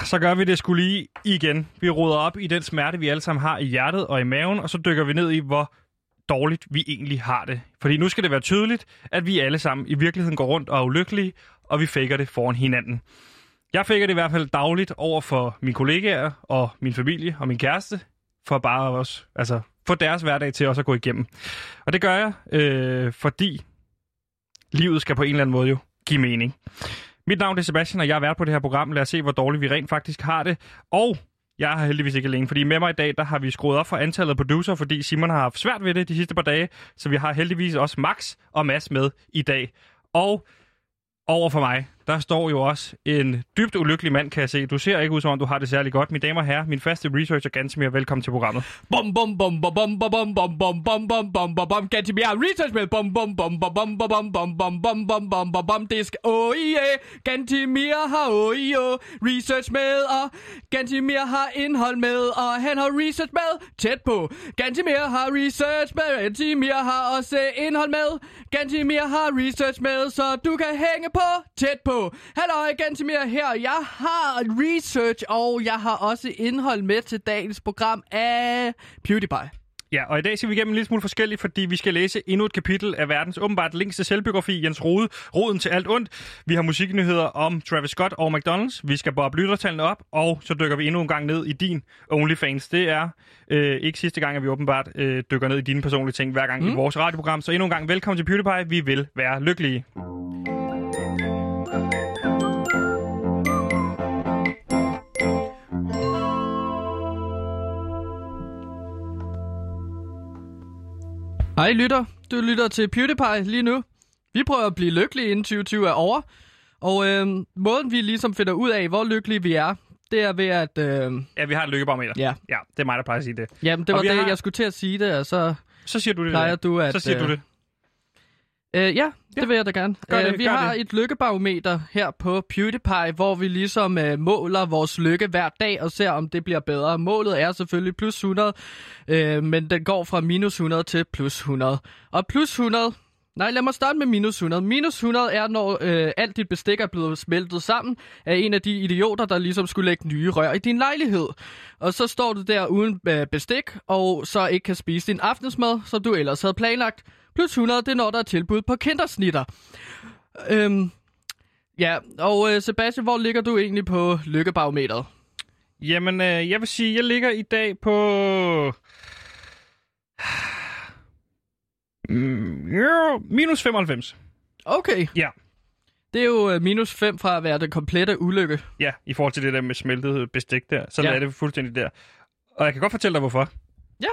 Så gør vi det sgu lige igen. Vi roder op i den smerte, vi alle sammen har i hjertet og i maven, og så dykker vi ned i, hvor dårligt vi egentlig har det. Fordi nu skal det være tydeligt, at vi alle sammen i virkeligheden går rundt og er ulykkelige, og vi faker det foran hinanden. Jeg faker det i hvert fald dagligt over for mine kollegaer og min familie og min kæreste, for bare også, få deres hverdag til også at gå igennem. Og det gør jeg, fordi livet skal på en eller anden måde jo give mening. Mit navn er Sebastian, og jeg har været på det her program. Lad os se, hvor dårligt vi rent faktisk har det. Og jeg har heldigvis ikke alene, fordi med mig i dag, der har vi skruet op for antallet af producer, fordi Simon har haft svært ved det de sidste par dage. Så vi har heldigvis også Max og Mads med i dag. Og over for mig, der står jo også en dybt ulykkelig mand, kan jeg se. Du ser ikke ud, som om du har det særlig godt. Mine damer og herrer, min faste researcher, Gantemir, velkommen til programmet. Bum bum bum bum bum bum bum bum bum bum bum bum bum. Gantemir research med bum bum bum bum bum bum bum bum bum bum bum bum bum. Det skal Gantemir har research med, og Gantemir har indhold med, og han har research med tæt på. Gantemir har research med, Gantemir har også indhold med. Gantemir har research med, så du kan hænge på tæt på. Hallo, Gantemir her. Jeg har research, og jeg har også indhold med til dagens program af PewDiePie. Ja, og i dag skal vi igennem en lille smule forskelligt, fordi vi skal læse endnu et kapitel af verdens åbenbart længste selvbiografi, Jens Rode, Roden til alt ondt. Vi har musiknyheder om Travis Scott og McDonald's. Vi skal boppe lyttertallene op, og så dykker vi endnu en gang ned i din OnlyFans. Det er ikke sidste gang, at vi åbenbart dykker ned i dine personlige ting hver gang i vores radioprogram. Så endnu en gang velkommen til PewDiePie. Vi vil være lykkelige. Hej lytter, du lytter til PewDiePie lige nu. Vi prøver at blive lykkelige inden 2020 er over. Og måden vi ligesom finder ud af, hvor lykkelige vi er, det er ved at... Ja, vi har et lykkebarometer. Ja, det er mig, der plejer at sige det. Jamen, det var det, jeg skulle til at sige det, og så siger du det. Plejer du at... Så siger du det. Ja, det vil jeg da gerne. Vi har et lykkebarometer her på PewDiePie, hvor vi ligesom måler vores lykke hver dag og ser, om det bliver bedre. Målet er selvfølgelig plus 100, men den går fra minus 100 til plus 100. Og plus 100... Nej, lad mig starte med minus 100. Minus 100 er, når alt dit bestik er blevet smeltet sammen af en af de idioter, der ligesom skulle lægge nye rør i din lejlighed. Og så står du der uden bestik, og så ikke kan spise din aftensmad, som du ellers havde planlagt. Plus 100, det er når der er tilbud på kindersnitter. Ja, og Sebastian, hvor ligger du egentlig på lykkebarometeret? Jamen, jeg vil sige, jeg ligger i dag på... minus 95. Okay. Ja. Det er jo minus 5 fra at være den komplette ulykke. Ja, i forhold til det der med smeltet bestik der. Så er det fuldstændig der. Og jeg kan godt fortælle dig, hvorfor. Ja,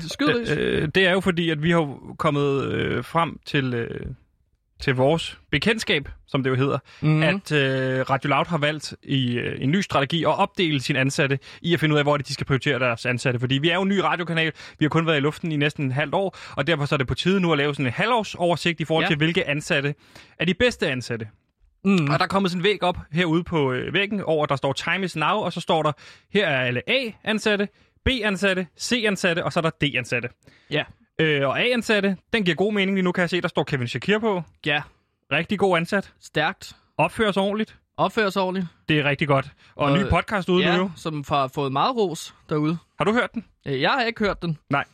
skyd. Det er jo fordi, at vi har kommet frem til vores bekendtskab, som det jo hedder, at Radio Loud har valgt i en ny strategi at opdele sine ansatte i at finde ud af, hvor de skal prioritere deres ansatte. Fordi vi er jo en ny radiokanal, vi har kun været i luften i næsten en halvt år, og derfor så er det på tide nu at lave sådan en halvårsoversigt i forhold til, hvilke ansatte er de bedste ansatte. Og der er kommet sådan en væg op herude på væggen over, der står Time is Now, og så står der, her er alle A-ansatte, B-ansatte, C-ansatte, og så er der D-ansatte. Ja. Og A-ansatte, den giver god mening lige nu, kan jeg se. Der står Kevin Shakir på. Ja. Rigtig god ansat. Stærkt. Opfører sig ordentligt. Det er rigtig godt. Og en ny podcast ude nu. Som har fået meget ros derude. Har du hørt den? Jeg har ikke hørt den. Nej.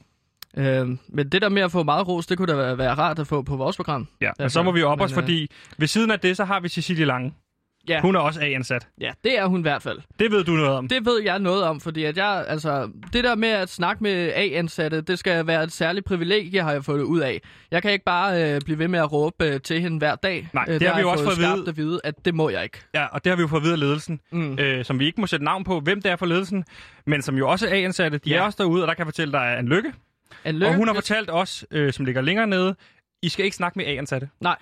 Men det der med at få meget ros, det kunne da være rart at få på vores program. Ja, men så må vi op os, fordi ved siden af det, så har vi Cecilie Lange. Ja. Hun er også A-ansat. Ja, det er hun i hvert fald. Det ved du noget om. Det ved jeg noget om, fordi at det der med at snakke med A-ansatte, det skal være et særligt privilegie, har jeg fået ud af. Jeg kan ikke bare blive ved med at råbe til hende hver dag. Nej, det har vi jo også fået at vide, at det må jeg ikke. Ja, og det har vi jo fået at vide af ledelsen, som vi ikke må sætte navn på, hvem det er for ledelsen, men som jo også er A-ansatte. De er også derude, og der kan jeg fortælle dig en lykke. Og hun har fortalt os, som ligger længere nede, I skal ikke snakke med A-ansatte. Nej.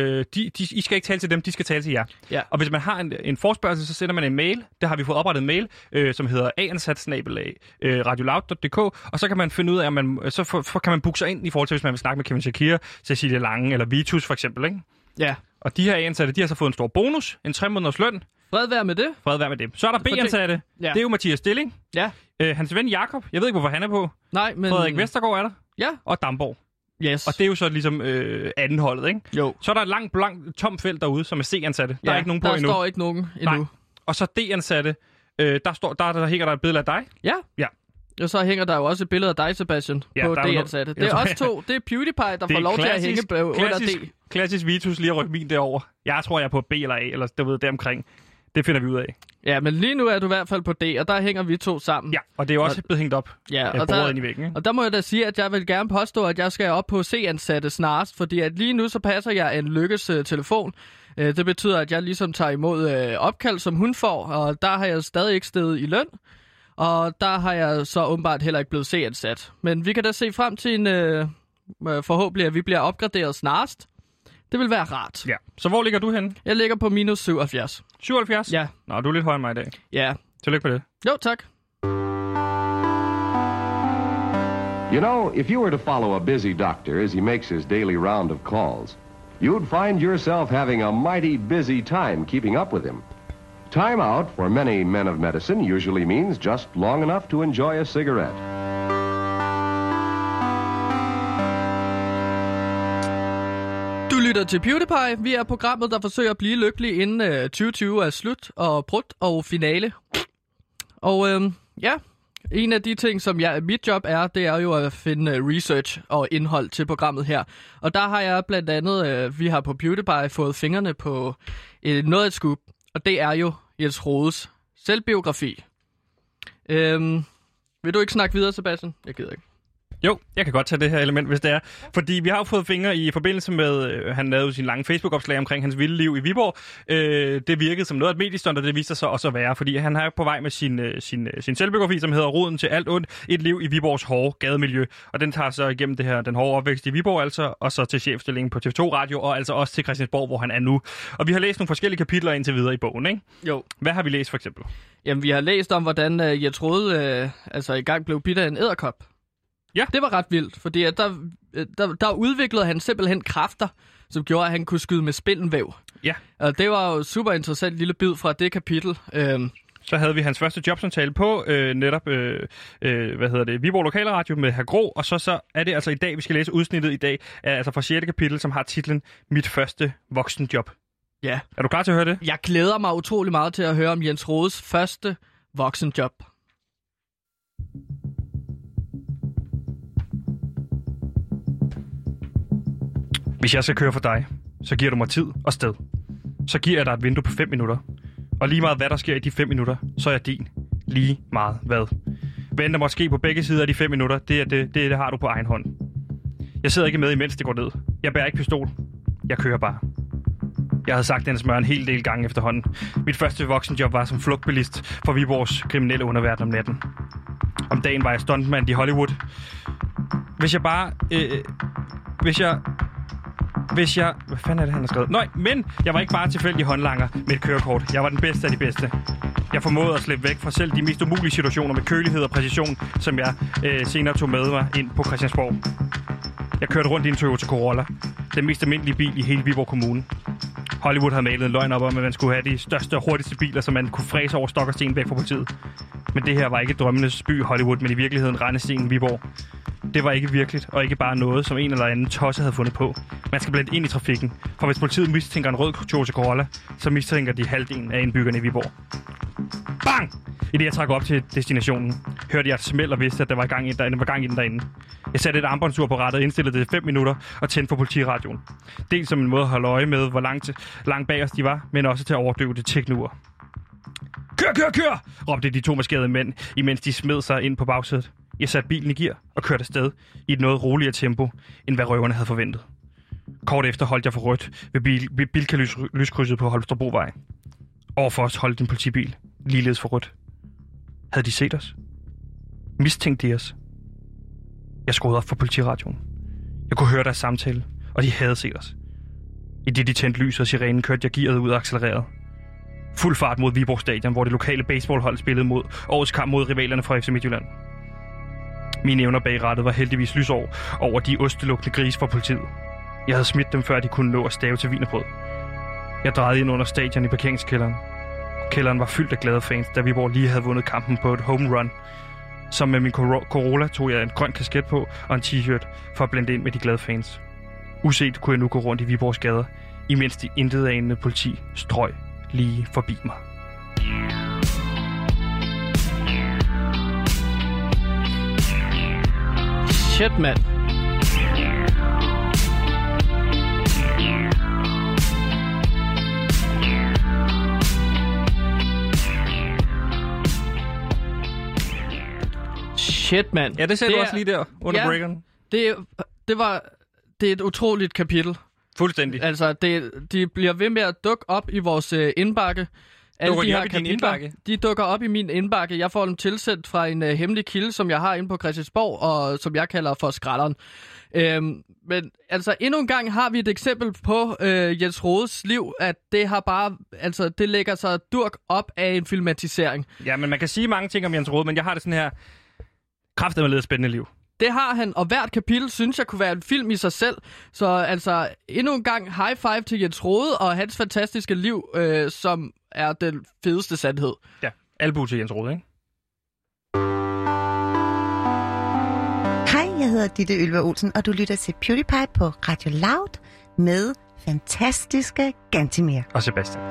I skal ikke tale til dem, de skal tale til jer. Ja. Og hvis man har en forespørgsel, så sender man en mail. Der har vi fået oprettet en mail, som hedder aansat@radioloud.dk, og så kan man finde ud af, at så kan man booke sig ind i forhold til, hvis man vil snakke med Kevin Shakir, Cecilie Lange eller Vitus for eksempel, ikke? Ja. Og de her A-ansatte, de har så fået en stor bonus, en 3 måneders løn. Fred være med det. Fred være med det. Så er der B-ansatte. Ja. Det er jo Mathias Stilling. Ja. Hans ven Jakob. Jeg ved ikke, hvorfor han er på. Nej, men... Frederik Vestergaard er der. Ja. Og Damborg. Yes. Og det er jo så ligesom andenholdet, ikke? Jo. Så er der et langt tomt felt derude, som er C-ansatte. Der er ikke nogen på endnu. Der står ikke nogen endnu. Nej. Og så D-ansatte, Der hænger der et billede af dig. Ja. Og så hænger der jo også et billede af dig, Sebastian, på D-ansatte. Det er os to. Det er PewDiePie, der får lov til at hænge under D. Klassisk Vitus lige at rykke min derover. Jeg tror, jeg er på B eller A, eller du ved, deromkring. Det finder vi ud af. Ja, men lige nu er du i hvert fald på D, og der hænger vi to sammen. Ja, og det er jo også blevet hængt op. Ja, og ind i væggen, ikke? Og der må jeg da sige, at jeg vil gerne påstå, at jeg skal op på C-ansatte snarest, fordi at lige nu så passer jeg en Lykkes telefon. Det betyder, at jeg ligesom tager imod opkald, som hun får, og der har jeg stadig ikke steget i løn. Og der har jeg så åbenbart heller ikke blevet C-ansat. Men vi kan da se frem til forhåbentlig, at vi bliver opgraderet snarest. Det vil være rart. Ja. Så hvor ligger du henne? Jeg ligger på minus 77. 77? Ja. Nå, du er lidt højere end mig i dag. Ja. Tillykke på det. Jo, tak. You know, if you were to follow a busy doctor as he makes his daily round of calls, you'd find yourself having a mighty busy time keeping up with him. Time out for many men of medicine usually means just long enough to enjoy a cigarette. Du lytter til PewDiePie. Vi er programmet, der forsøger at blive lykkelig inden 2020 er slut og brudt og finale. Og en af de ting, som mit job er, det er jo at finde research og indhold til programmet her. Og der har jeg blandt andet, vi har på PewDiePie fået fingrene på noget af et scoop. Og det er jo Jens Rohdes selvbiografi. Vil du ikke snakke videre, Sebastian? Jeg gider ikke. Jo, jeg kan godt tage det her element, hvis det er. Fordi vi har jo fået fingre i forbindelse med, han lavede sin lange Facebook-opslag omkring hans vilde liv i Viborg. Det virkede som noget af et mediestunt, og det viste sig også at være, fordi han er på vej med sin selvbiografi, som hedder Roden til alt ondt, et liv i Viborgs hårde gademiljø. Og den tager så igennem det her, den hårde opvækst i Viborg altså, og så til chefstillingen på TV2 Radio, og altså også til Christiansborg, hvor han er nu. Og vi har læst nogle forskellige kapitler indtil videre i bogen, ikke? Jo. Hvad har vi læst for eksempel? Jamen, vi har læst om, hvordan Jens Rohde i gang blev bidt af en edderkop. Ja. Det var ret vildt, fordi at der udviklede han simpelthen kræfter, som gjorde, at han kunne skyde med spindelvæv. Ja. Og det var jo super interessant lille bid fra det kapitel. Så havde vi hans første jobsamtale på Viborg Lokalradio med Herr Gro, og så er det altså i dag, vi skal læse udsnittet i dag, altså fra 6. kapitel, som har titlen Mit første voksenjob. Ja. Er du klar til at høre det? Jeg glæder mig utrolig meget til at høre om Jens Rohdes første voksenjob. Hvis jeg skal køre for dig, så giver du mig tid og sted. Så giver jeg dig et vindue på 5 minutter. Og lige meget hvad der sker i de 5 minutter, så er jeg din. Lige meget hvad. Hvad der måtte ske på begge sider af de 5 minutter, det har du på egen hånd. Jeg sidder ikke med, imens det går ned. Jeg bærer ikke pistol. Jeg kører bare. Jeg havde sagt den smør en hel del gange efterhånden. Mit første voksenjob var som flugtbilist for Viborgs kriminelle underverden om natten. Om dagen var jeg stuntmand i Hollywood. Hvad fanden er det, han har skrevet? Nej, men jeg var ikke bare tilfældig håndlanger med et kørekort. Jeg var den bedste af de bedste. Jeg formåede at slippe væk fra selv de mest umulige situationer med kølighed og præcision, som jeg senere tog med mig ind på Christiansborg. Jeg kørte rundt i en Toyota Corolla. Den mest almindelige bil i hele Viborg Kommune. Hollywood havde malet en løgn op om, at man skulle have de største og hurtigste biler, så man kunne fræse over stok og sten væk fra politiet. Men det her var ikke drømmenes by Hollywood, men i virkeligheden rendestenen Viborg. Det var ikke virkeligt, og ikke bare noget, som en eller anden tosse havde fundet på. Man skal blande ind i trafikken, for hvis politiet mistænker en rød Toyota Corolla, så mistænker de halvdelen af indbyggerne i Viborg. Bang! I det, jeg trak op til destinationen, hørte jeg et smæld og vidste, at der var gang i den derinde. Jeg satte et armbåndsur på rattet, indstillede det 5 minutter og tændte for politiradioen. Dels som en måde at holde øje med, hvor langt bag os de var, men også til at overdøve det teknur. Kør, kør, kør! Råbte de 2 maskerede mænd, imens de smed sig ind på bagsædet. Jeg satte bilen i gear og kørte afsted i et noget roligere tempo, end hvad røverne havde forventet. Kort efter holdt jeg for rødt ved Bilka-lyskrydset på Holstebrovej. Overfor os holdt en politibil, ligeledes for rødt. Havde de set os? Mistænkte de os? Jeg skruede op for politiradioen. Jeg kunne høre deres samtale, og de havde set os. I det de tændte lys og sirenen kørte jeg gearet ud og accelererede. Fuld fart mod Viborg Stadion, hvor det lokale baseballhold spillede mod årets kamp mod rivalerne fra FC Midtjylland. Mine evner bag rattet var heldigvis lysår over de ostelugtende grise fra politiet. Jeg havde smidt dem, før de kunne nå at stave til wienerbrød. Jeg drejede ind under stadion i parkeringskælderen. Kælderen var fyldt af glade fans, da Viborg lige havde vundet kampen på et home run. Som med min Corolla tog jeg en grøn kasket på og en t-shirt for at blende ind med de glade fans. Uset kunne jeg nu gå rundt i Viborgs gader, imens de intetanende politi strøg lige forbi mig. Shit, mand. Shit, mand. Ja, det sagde du også lige der under breakeren. Det er et utroligt kapitel. Fuldstændig. Altså, de bliver ved med at dukke op i vores indbakke. Dukker de op i din indbakke? De dukker op i min indbakke. Jeg får dem tilsendt fra en hemmelig kilde, som jeg har inde på Christiansborg, og som jeg kalder for skralderen. Men altså, endnu en gang har vi et eksempel på Jens Rohdes liv, at det har bare, altså, det lægger sig durk op af en filmatisering. Ja, men man kan sige mange ting om Jens Rohde, men jeg har det sådan her kraftedeme lidt spændende liv. Det har han, og hvert kapitel synes jeg kunne være en film i sig selv. Så altså, endnu en gang high five til Jens Rohde og hans fantastiske liv, som er den fedeste sandhed. Ja, albu til Jens Rohde, ikke? Hej, jeg hedder Ditte Ylva Olsen, og du lytter til PewDiePie på Radio Loud med fantastiske Gantimir. Og Sebastian.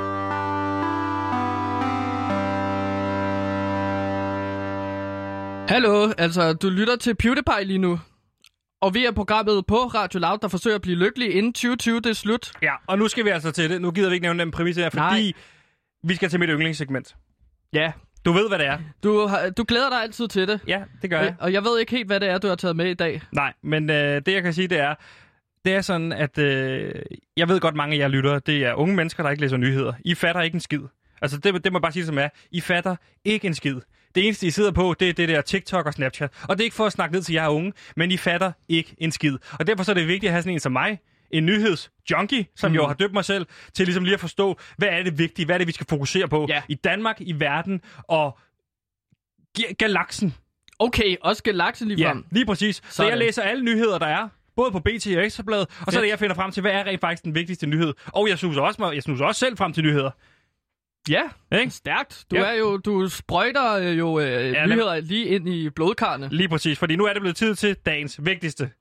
Hallo, altså du lytter til PewDiePie lige nu. Og vi er programmet på Radio Loud, der forsøger at blive lykkelig inden 2020, det er slut. Ja, og nu skal vi altså til det. Nu gider vi ikke nævne den præmisse her, fordi vi skal til mit yndlingssegment. Ja. Du ved, hvad det er. Du glæder dig altid til det. Ja, det gør jeg. Og jeg ved ikke helt, hvad det er, du har taget med i dag. Nej, men det jeg kan sige, det er sådan, at jeg ved godt, mange af jer lyttere, det er unge mennesker, der ikke læser nyheder. I fatter ikke en skid. Altså, det må jeg bare sige som er. I fatter ikke en skid. Det eneste, I sidder på, det er det der TikTok og Snapchat. Og det er ikke for at snakke ned til jer unge, men I fatter ikke en skid. Og derfor så er det vigtigt at have sådan en som mig, en nyhedsjunkie, som jo har døbt mig selv, til ligesom lige at forstå, hvad er det vigtige, hvad er det, vi skal fokusere på i Danmark, i verden og galaksen. Okay, også galaksen lige frem. Ja, lige præcis. Så jeg læser alle nyheder, der er. Både på BT og Ekstrabladet, og så er det, jeg finder frem til, hvad er rent faktisk den vigtigste nyhed. Og jeg snuser også selv frem til nyheder. Ja, ikke? Stærkt. Du sprøjter nyheder lige ind i blodkarrene. Lige præcis, fordi nu er det blevet tid til dagens vigtigste.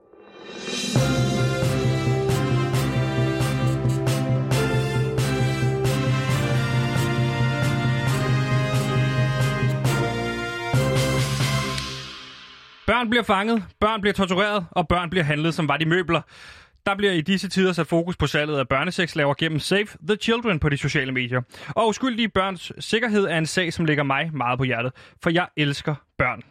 Børn bliver fanget, børn bliver tortureret, og børn bliver handlet som var de møbler. Der bliver i disse tider sat fokus på salget af børnesexslaver gennem Save the Children på de sociale medier. Og uskyldige børns sikkerhed er en sag, som ligger mig meget på hjertet, for jeg elsker børn.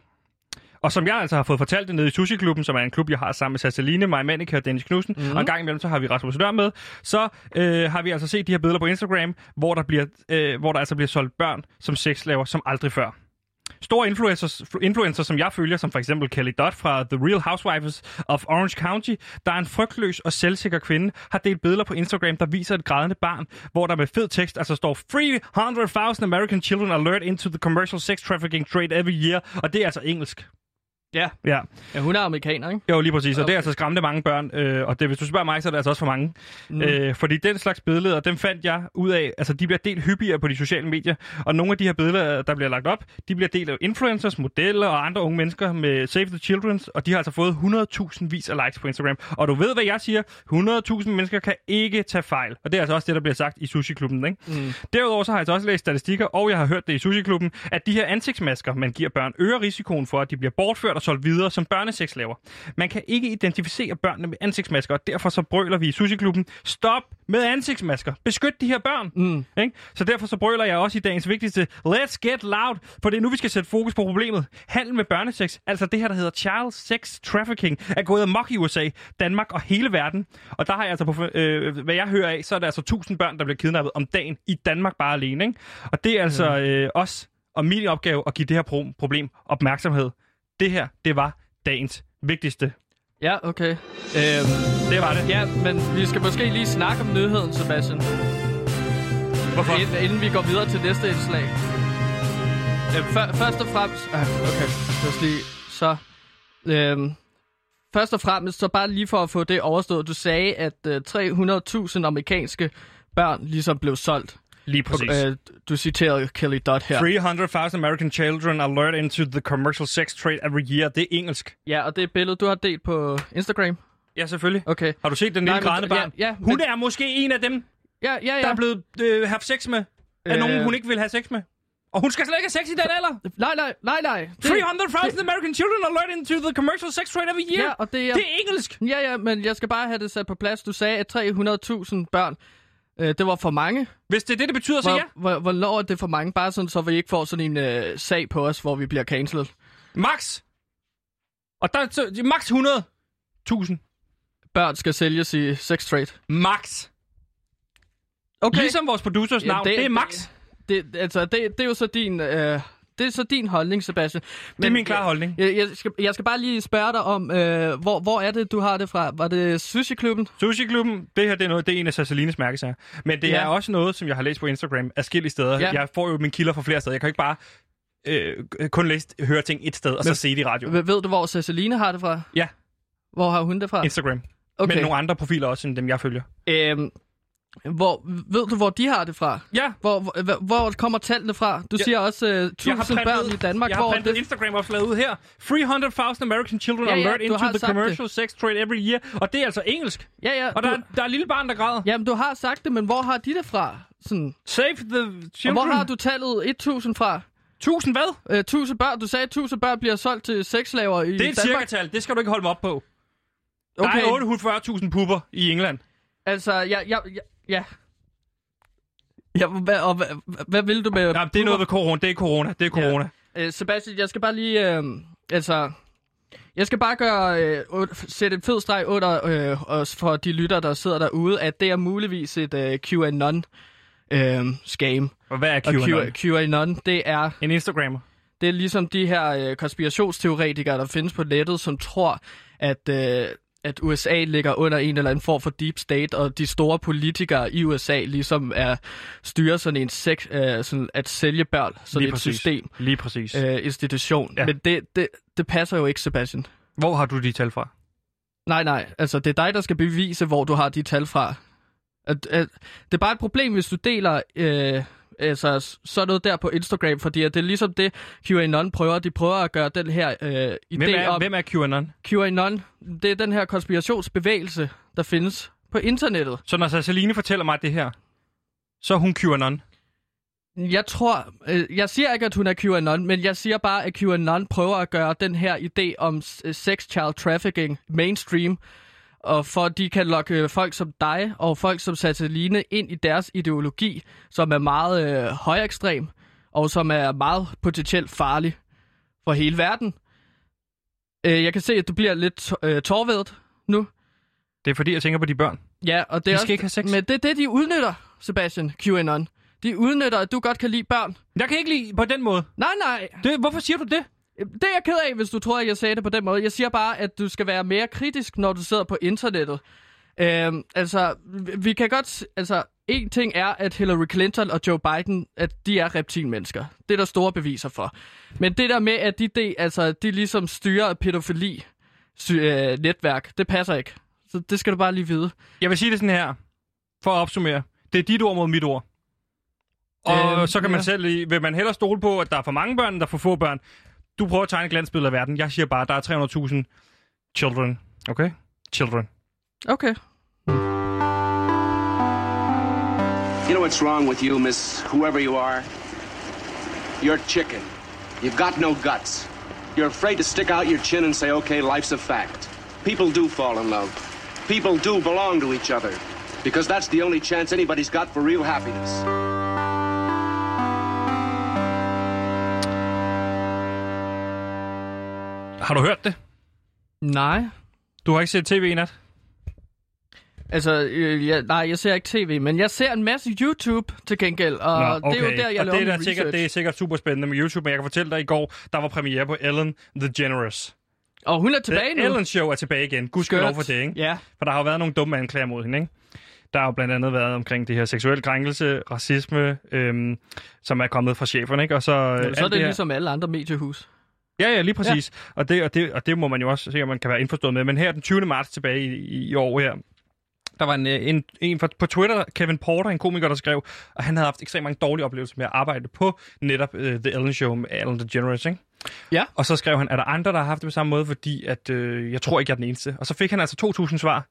Og som jeg altså har fået fortalt det nede i Sushi-klubben, som er en klub, jeg har sammen med Sasseline, Maja Mannicke og Dennis Knudsen, og en gang imellem så har vi Rasmus Dør med, så har vi altså set de her billeder på Instagram, hvor der altså bliver solgt børn som sexslaver som aldrig før. Store influencers, som jeg følger, som for eksempel Kelly Dodd fra The Real Housewives of Orange County, der er en frygtløs og selvsikker kvinde, har delt billeder på Instagram, der viser et grædende barn, hvor der med fed tekst altså står 300,000 American children alert into the commercial sex trafficking trade every year, og det er altså engelsk. Ja, hun er amerikaner, ikke? Jo, lige præcis, og det er altså skræmmende mange børn, og det, hvis du spørger mig, så er det altså også for mange. Fordi den slags billeder, dem fandt jeg ud af, altså de bliver delt hyppigere på de sociale medier, og nogle af de her billeder, der bliver lagt op, de bliver delt af influencers, modeller og andre unge mennesker med Save the Children, og de har altså fået 100.000 vis af likes på Instagram. Og du ved, hvad jeg siger, 100.000 mennesker kan ikke tage fejl, og det er altså også det, der bliver sagt i Sushi-klubben, ikke? Derudover så har jeg altså også læst statistikker, og jeg har hørt det i Sushi-klubben, at de her ansigtsmasker, man giver børn, øger risikoen for, at de bliver bortført og solgt videre som børnesexslaver. Man kan ikke identificere børnene med ansigtsmasker, og derfor så brøler vi i Sushi-klubben, stop med ansigtsmasker. Beskyt de her børn. Ikke? Så derfor så brøler jeg også i dagens vigtigste, let's get loud, for det er nu, vi skal sætte fokus på problemet. Handel med børnesex, altså det her, der hedder child sex trafficking, er gået amok i USA, Danmark og hele verden. Og der har jeg altså på, hvad jeg hører af, så er der altså 1000 børn, der bliver kidnappet om dagen i Danmark bare alene. Ikke? Og det er altså os og min opgave at give det her problem opmærksomhed. Det her, det var dagens vigtigste. Ja, okay. Det var det. Ja, men vi skal måske lige snakke om nyheden, Sebastian. Hvorfor? Inden vi går videre til næste indslag. Først og fremmest... Okay, lad os lige... Så... Først og fremmest, så bare lige for at få det overstået. Du sagde, at 300.000 amerikanske børn ligesom blev solgt. Lige præcis. Du citerede Kelly Dodd her. 300,000 American children alert into the commercial sex trade every year. Det er engelsk. Ja, og det er et billede, du har delt på Instagram. Ja, selvfølgelig. Okay. Har du set den lille grædende barn? Ja, hun er måske en af dem, der er blevet haft sex med. Af nogen, hun ikke vil have sex med. Og hun skal slet ikke have sex i den alder? Nej. 300,000 American children are lured into the commercial sex trade every year. Ja, og det er engelsk. Ja, men jeg skal bare have det sat på plads. Du sagde, at 300.000 børn, det var for mange. Hvis det er det betyder, så ja. Hvornår er det for mange? Bare sådan, så vi ikke får sådan en sag på os, hvor vi bliver cancelled. Max. Og der er max 100.000. Børn skal sælges i sex trade. Max. Okay. Ligesom vores producers navn, det er Max. Det er jo så din... Det er så din holdning, Sebastian. Men det er min klare holdning. Jeg skal bare lige spørge dig om, hvor er det, du har det fra? Var det Sushi-klubben? Sushi-klubben, det her det er en af Sasselines mærkesager. Men det er også noget, som jeg har læst på Instagram adskillige steder. Ja. Jeg får jo mine kilder fra flere steder. Jeg kan ikke bare kun høre ting et sted, og så se det i radio. Ved du, hvor Sasseline har det fra? Ja. Hvor har hun det fra? Instagram. Okay. Men nogle andre profiler også, end dem jeg følger. Ved du, hvor de har det fra? Ja. Hvor kommer tallene fra? Du siger også 1000 børn i Danmark. Jeg har printet Instagram-opslaget ud her. 300,000 American children are lured into the commercial sex trade every year. Og det er altså engelsk. Ja. Og der er et lille barn, der græder. Jamen, du har sagt det, men hvor har de det fra? Sådan. Save the children. Og hvor har du tallet 1000 fra? 1000 hvad? 1000 børn. Du sagde, 1000 børn bliver solgt til sexslaver i Danmark. Det er et cirka-tal. Det skal du ikke holde mig op på. Okay. Der er 840.000 pupper i England. Altså, ja. Hvad vil du med... Ja, det er noget ved corona. Det er corona. Ja. Sebastian, jeg skal bare lige... jeg skal bare sætte en fed streg under for de lyttere, der sidder derude, at det er muligvis et QAnon scam. Og hvad er QAnon? Og QAnon, det er... En Instagrammer. Det er ligesom de her konspirationsteoretikere, der findes på nettet, som tror, at USA ligger under en eller anden form for deep state, og de store politikere i USA ligesom styrer sådan en sådan at sælge børn, sådan et system. Lige præcis. Institution. Ja. Men det passer jo ikke, Sebastian. Hvor har du de tal fra? Nej, altså det er dig, der skal bevise, hvor du har de tal fra. Det er bare et problem, hvis du deler... så noget der på Instagram, fordi det er ligesom det, QAnon prøver. De prøver at gøre den her idé om... Hvem er QAnon? QAnon, det er den her konspirationsbevægelse, der findes på internettet. Så når Sasseline fortæller mig det her, så er hun QAnon? Jeg siger ikke, at hun er QAnon, men jeg siger bare, at QAnon prøver at gøre den her idé om sex child trafficking mainstream, og for at de kan lokke folk som dig og folk som Sasseline ind i deres ideologi, som er meget højekstrem, og som er meget potentielt farlig for hele verden. Jeg kan se, at du bliver lidt tårvedet nu. Det er fordi, jeg tænker på de børn. Ja, og det de skal ikke have sex. Men det er det, de udnytter, Sebastian, QAnon. De udnytter, at du godt kan lide børn. Jeg kan ikke lide på den måde. Nej. Hvorfor siger du det? Det er jeg ked af, hvis du tror, at jeg sagde det på den måde. Jeg siger bare, at du skal være mere kritisk, når du sidder på internettet. Vi kan godt... en ting er, at Hillary Clinton og Joe Biden, at de er reptilmennesker. Det er der store beviser for. Men det der med, at de ligesom styrer pædofili netværk, det passer ikke. Så det skal du bare lige vide. Jeg vil sige det sådan her, for at opsummere. Det er dit ord mod mit ord. Og så kan man vil man hellere stole på, at der er for mange børn, end der er for få børn. Du prøver at tegne et glansbillede af verden. Jeg siger bare, at der er 300.000 children. Okay? Children. Okay. You know what's wrong with you, miss whoever you are? You're chicken. You've got no guts. You're afraid to stick out your chin and say, okay, life's a fact. People do fall in love. People do belong to each other. Because that's the only chance anybody's got for real happiness. Har du hørt det? Nej. Du har ikke set tv i nat? Nej, jeg ser ikke tv, men jeg ser en masse YouTube til gengæld, og okay. Det er jo der, jeg laver min research. Det er sikkert super spændende med YouTube, men jeg kan fortælle dig, i går, der var premiere på Ellen DeGeneres. Og hun er tilbage nu. Ellen Show er tilbage igen. Gudskelov for det, ikke? Ja. For der har jo været nogle dumme anklager mod hende, ikke? Der har jo blandt andet været omkring det her seksuel krænkelse, racisme, som er kommet fra cheferne, ikke? Og så er det ligesom alle andre mediehus. Ja, lige præcis. Ja. Og det må man jo også se, at man kan være indforstået med. Men her den 20. marts tilbage i år her, der var en på Twitter, Kevin Porter, en komiker, der skrev, at han havde haft ekstremt mange dårlige oplevelser med at arbejde på netop The Ellen Show med Ellen DeGeneres, ikke? Ja. Og så skrev han, er der andre, der har haft det på samme måde, fordi at, jeg tror ikke, jeg er den eneste. Og så fik han altså 2.000 svar,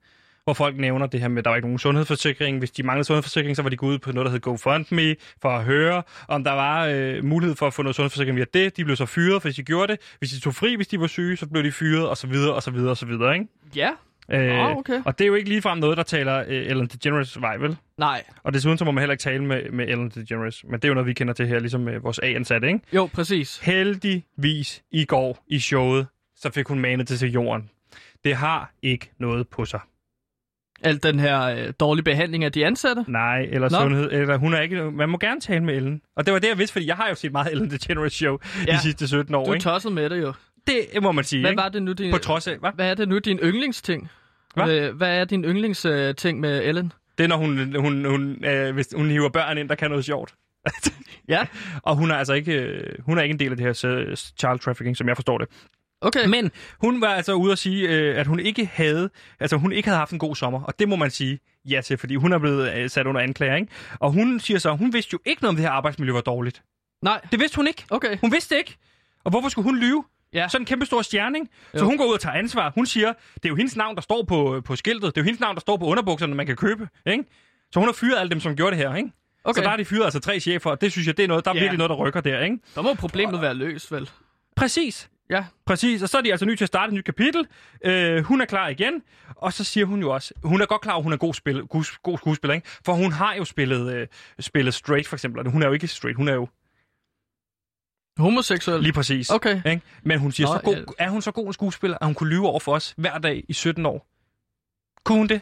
hvor folk nævner det her med, at der var ikke nogen sundhedsforsikring. Hvis de manglede sundhedsforsikring, så var de gået ud på noget, der hed GoFundMe, for at høre, om der var mulighed for at få noget sundhedsforsikring via det. De blev så fyret, hvis de gjorde det. Hvis de tog fri, hvis de var syge, så blev de fyret, og så videre, og så videre, og så videre, ikke? Ja. Okay. Og det er jo ikke ligefrem noget, der taler Ellen DeGeneres vej, vel? Nej. Og desuden så må man heller ikke tale med Ellen DeGeneres. Men det er jo noget, vi kender til her, ligesom vores A-ansatte, ikke? Jo, præcis. Heldigvis i går i showet, så fik hun manet til jorden. Det har ikke noget på sig. Alt den her dårlige behandling af de ansatte? Nej, eller sundhed. Eller hun er ikke. Man må gerne tale med Ellen. Og det var det, jeg vidste, fordi jeg har jo set meget Ellen DeGeneres show de sidste 17 år. Du er tosset med det jo. Det må man sige. Hvad var det nu din... På trods af, hvad? Hvad er det nu din yndlingsting? Hvad er din yndlingsting med Ellen? Det er, når hvis hun hiver børn ind, der kan noget sjovt. Ja. Og hun er altså ikke, hun er ikke en del af det her child trafficking, som jeg forstår det. Okay. Men hun var altså ude at sige, at hun ikke havde haft en god sommer. Og det må man sige ja til, fordi hun er blevet sat under anklager, ikke? Og hun siger så, hun vidste jo ikke noget om det her arbejdsmiljø var dårligt. Nej. Det vidste hun ikke. Okay. Hun vidste ikke. Og hvorfor skulle hun lyve? Ja. Sådan en kæmpe stor stjerne, ikke? Så hun går ud og tager ansvar. Hun siger, det er jo hendes navn, der står på skiltet. Det er jo hendes navn, der står på underbukserne, man kan købe, ikke? Så hun har fyret alle dem, som gjorde det her, ikke? Okay. Så der er de fyret altså 3 chefer, og det synes jeg, det er noget, der er virkelig noget, der rykker der, ikke? Der må problemet være løst, vel? Præcis. Ja. Præcis, og så er de altså nødt til at starte et nyt kapitel. Hun er klar igen, og så siger hun jo også, hun er godt klar, at hun er god skuespiller, ikke? For hun har jo spillet straight, for eksempel, og hun er jo ikke straight, hun er jo homoseksuel? Lige præcis. Okay. Ikke? Men hun siger, er hun så god en skuespiller, at hun kunne lyve over for os hver dag i 17 år? Kunne hun det?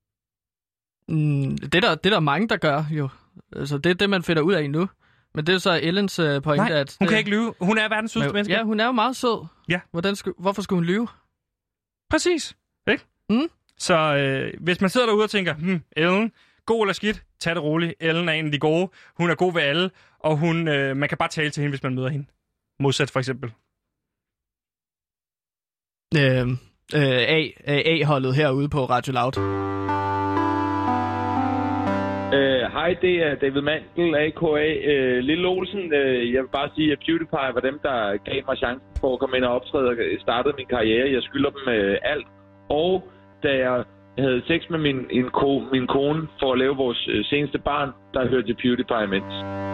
Det er der mange, der gør jo. Altså, det er det, man finder ud af nu. Men det er så Ellens pointe, Nej, at... hun kan ikke lyve. Hun er verdens sødeste menneske. Ja, hun er jo meget sød. Ja. Hvorfor skulle hun lyve? Præcis. Ikke? Så hvis man sidder derude og tænker, Ellen, god eller skidt, tag det roligt. Ellen er en af de gode. Hun er god ved alle. Og man kan bare tale til hende, hvis man møder hende. Modsat for eksempel. A-holdet herude på Radio Loud. Hej, det er David Mandel, a.k.a. Lille Olsen. Jeg vil bare sige, at PewDiePie var dem, der gav mig chancen for at komme ind og optræde og startede min karriere. Jeg skylder dem alt. Og da jeg havde sex med min kone for at lave vores seneste barn, der hørte jeg PewDiePie imens.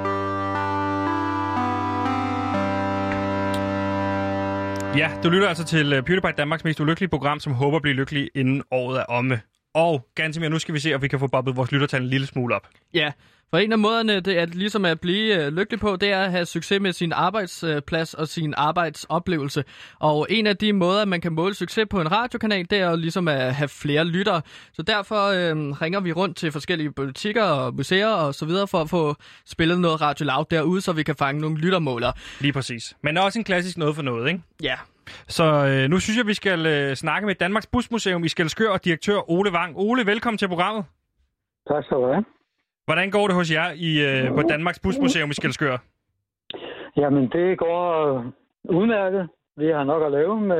Ja, du lytter altså til PewDiePie, Danmarks mest ulykkelige program, som håber at blive lykkelig inden året er omme. Og ganske mere, nu skal vi se, om vi kan få bobbet vores lyttertal en lille smule op. Ja, for en af måderne, det er ligesom at blive lykkelig på, det er at have succes med sin arbejdsplads og sin arbejdsoplevelse. Og en af de måder, man kan måle succes på en radiokanal, det er jo ligesom at have flere lyttere. Så derfor ringer vi rundt til forskellige butikker og museer og så videre for at få spillet noget Radio Loud derude, så vi kan fange nogle lyttermålere. Lige præcis. Men også en klassisk noget for noget, ikke? Ja. Så nu synes jeg, vi skal snakke med Danmarks Busmuseum i Skælskør og direktør Ole Wang. Ole, velkommen til programmet. Tak skal du have. Hvordan går det hos jer på Danmarks Busmuseum i Skælskør? Jamen, det går udmærket. Vi har nok at lave med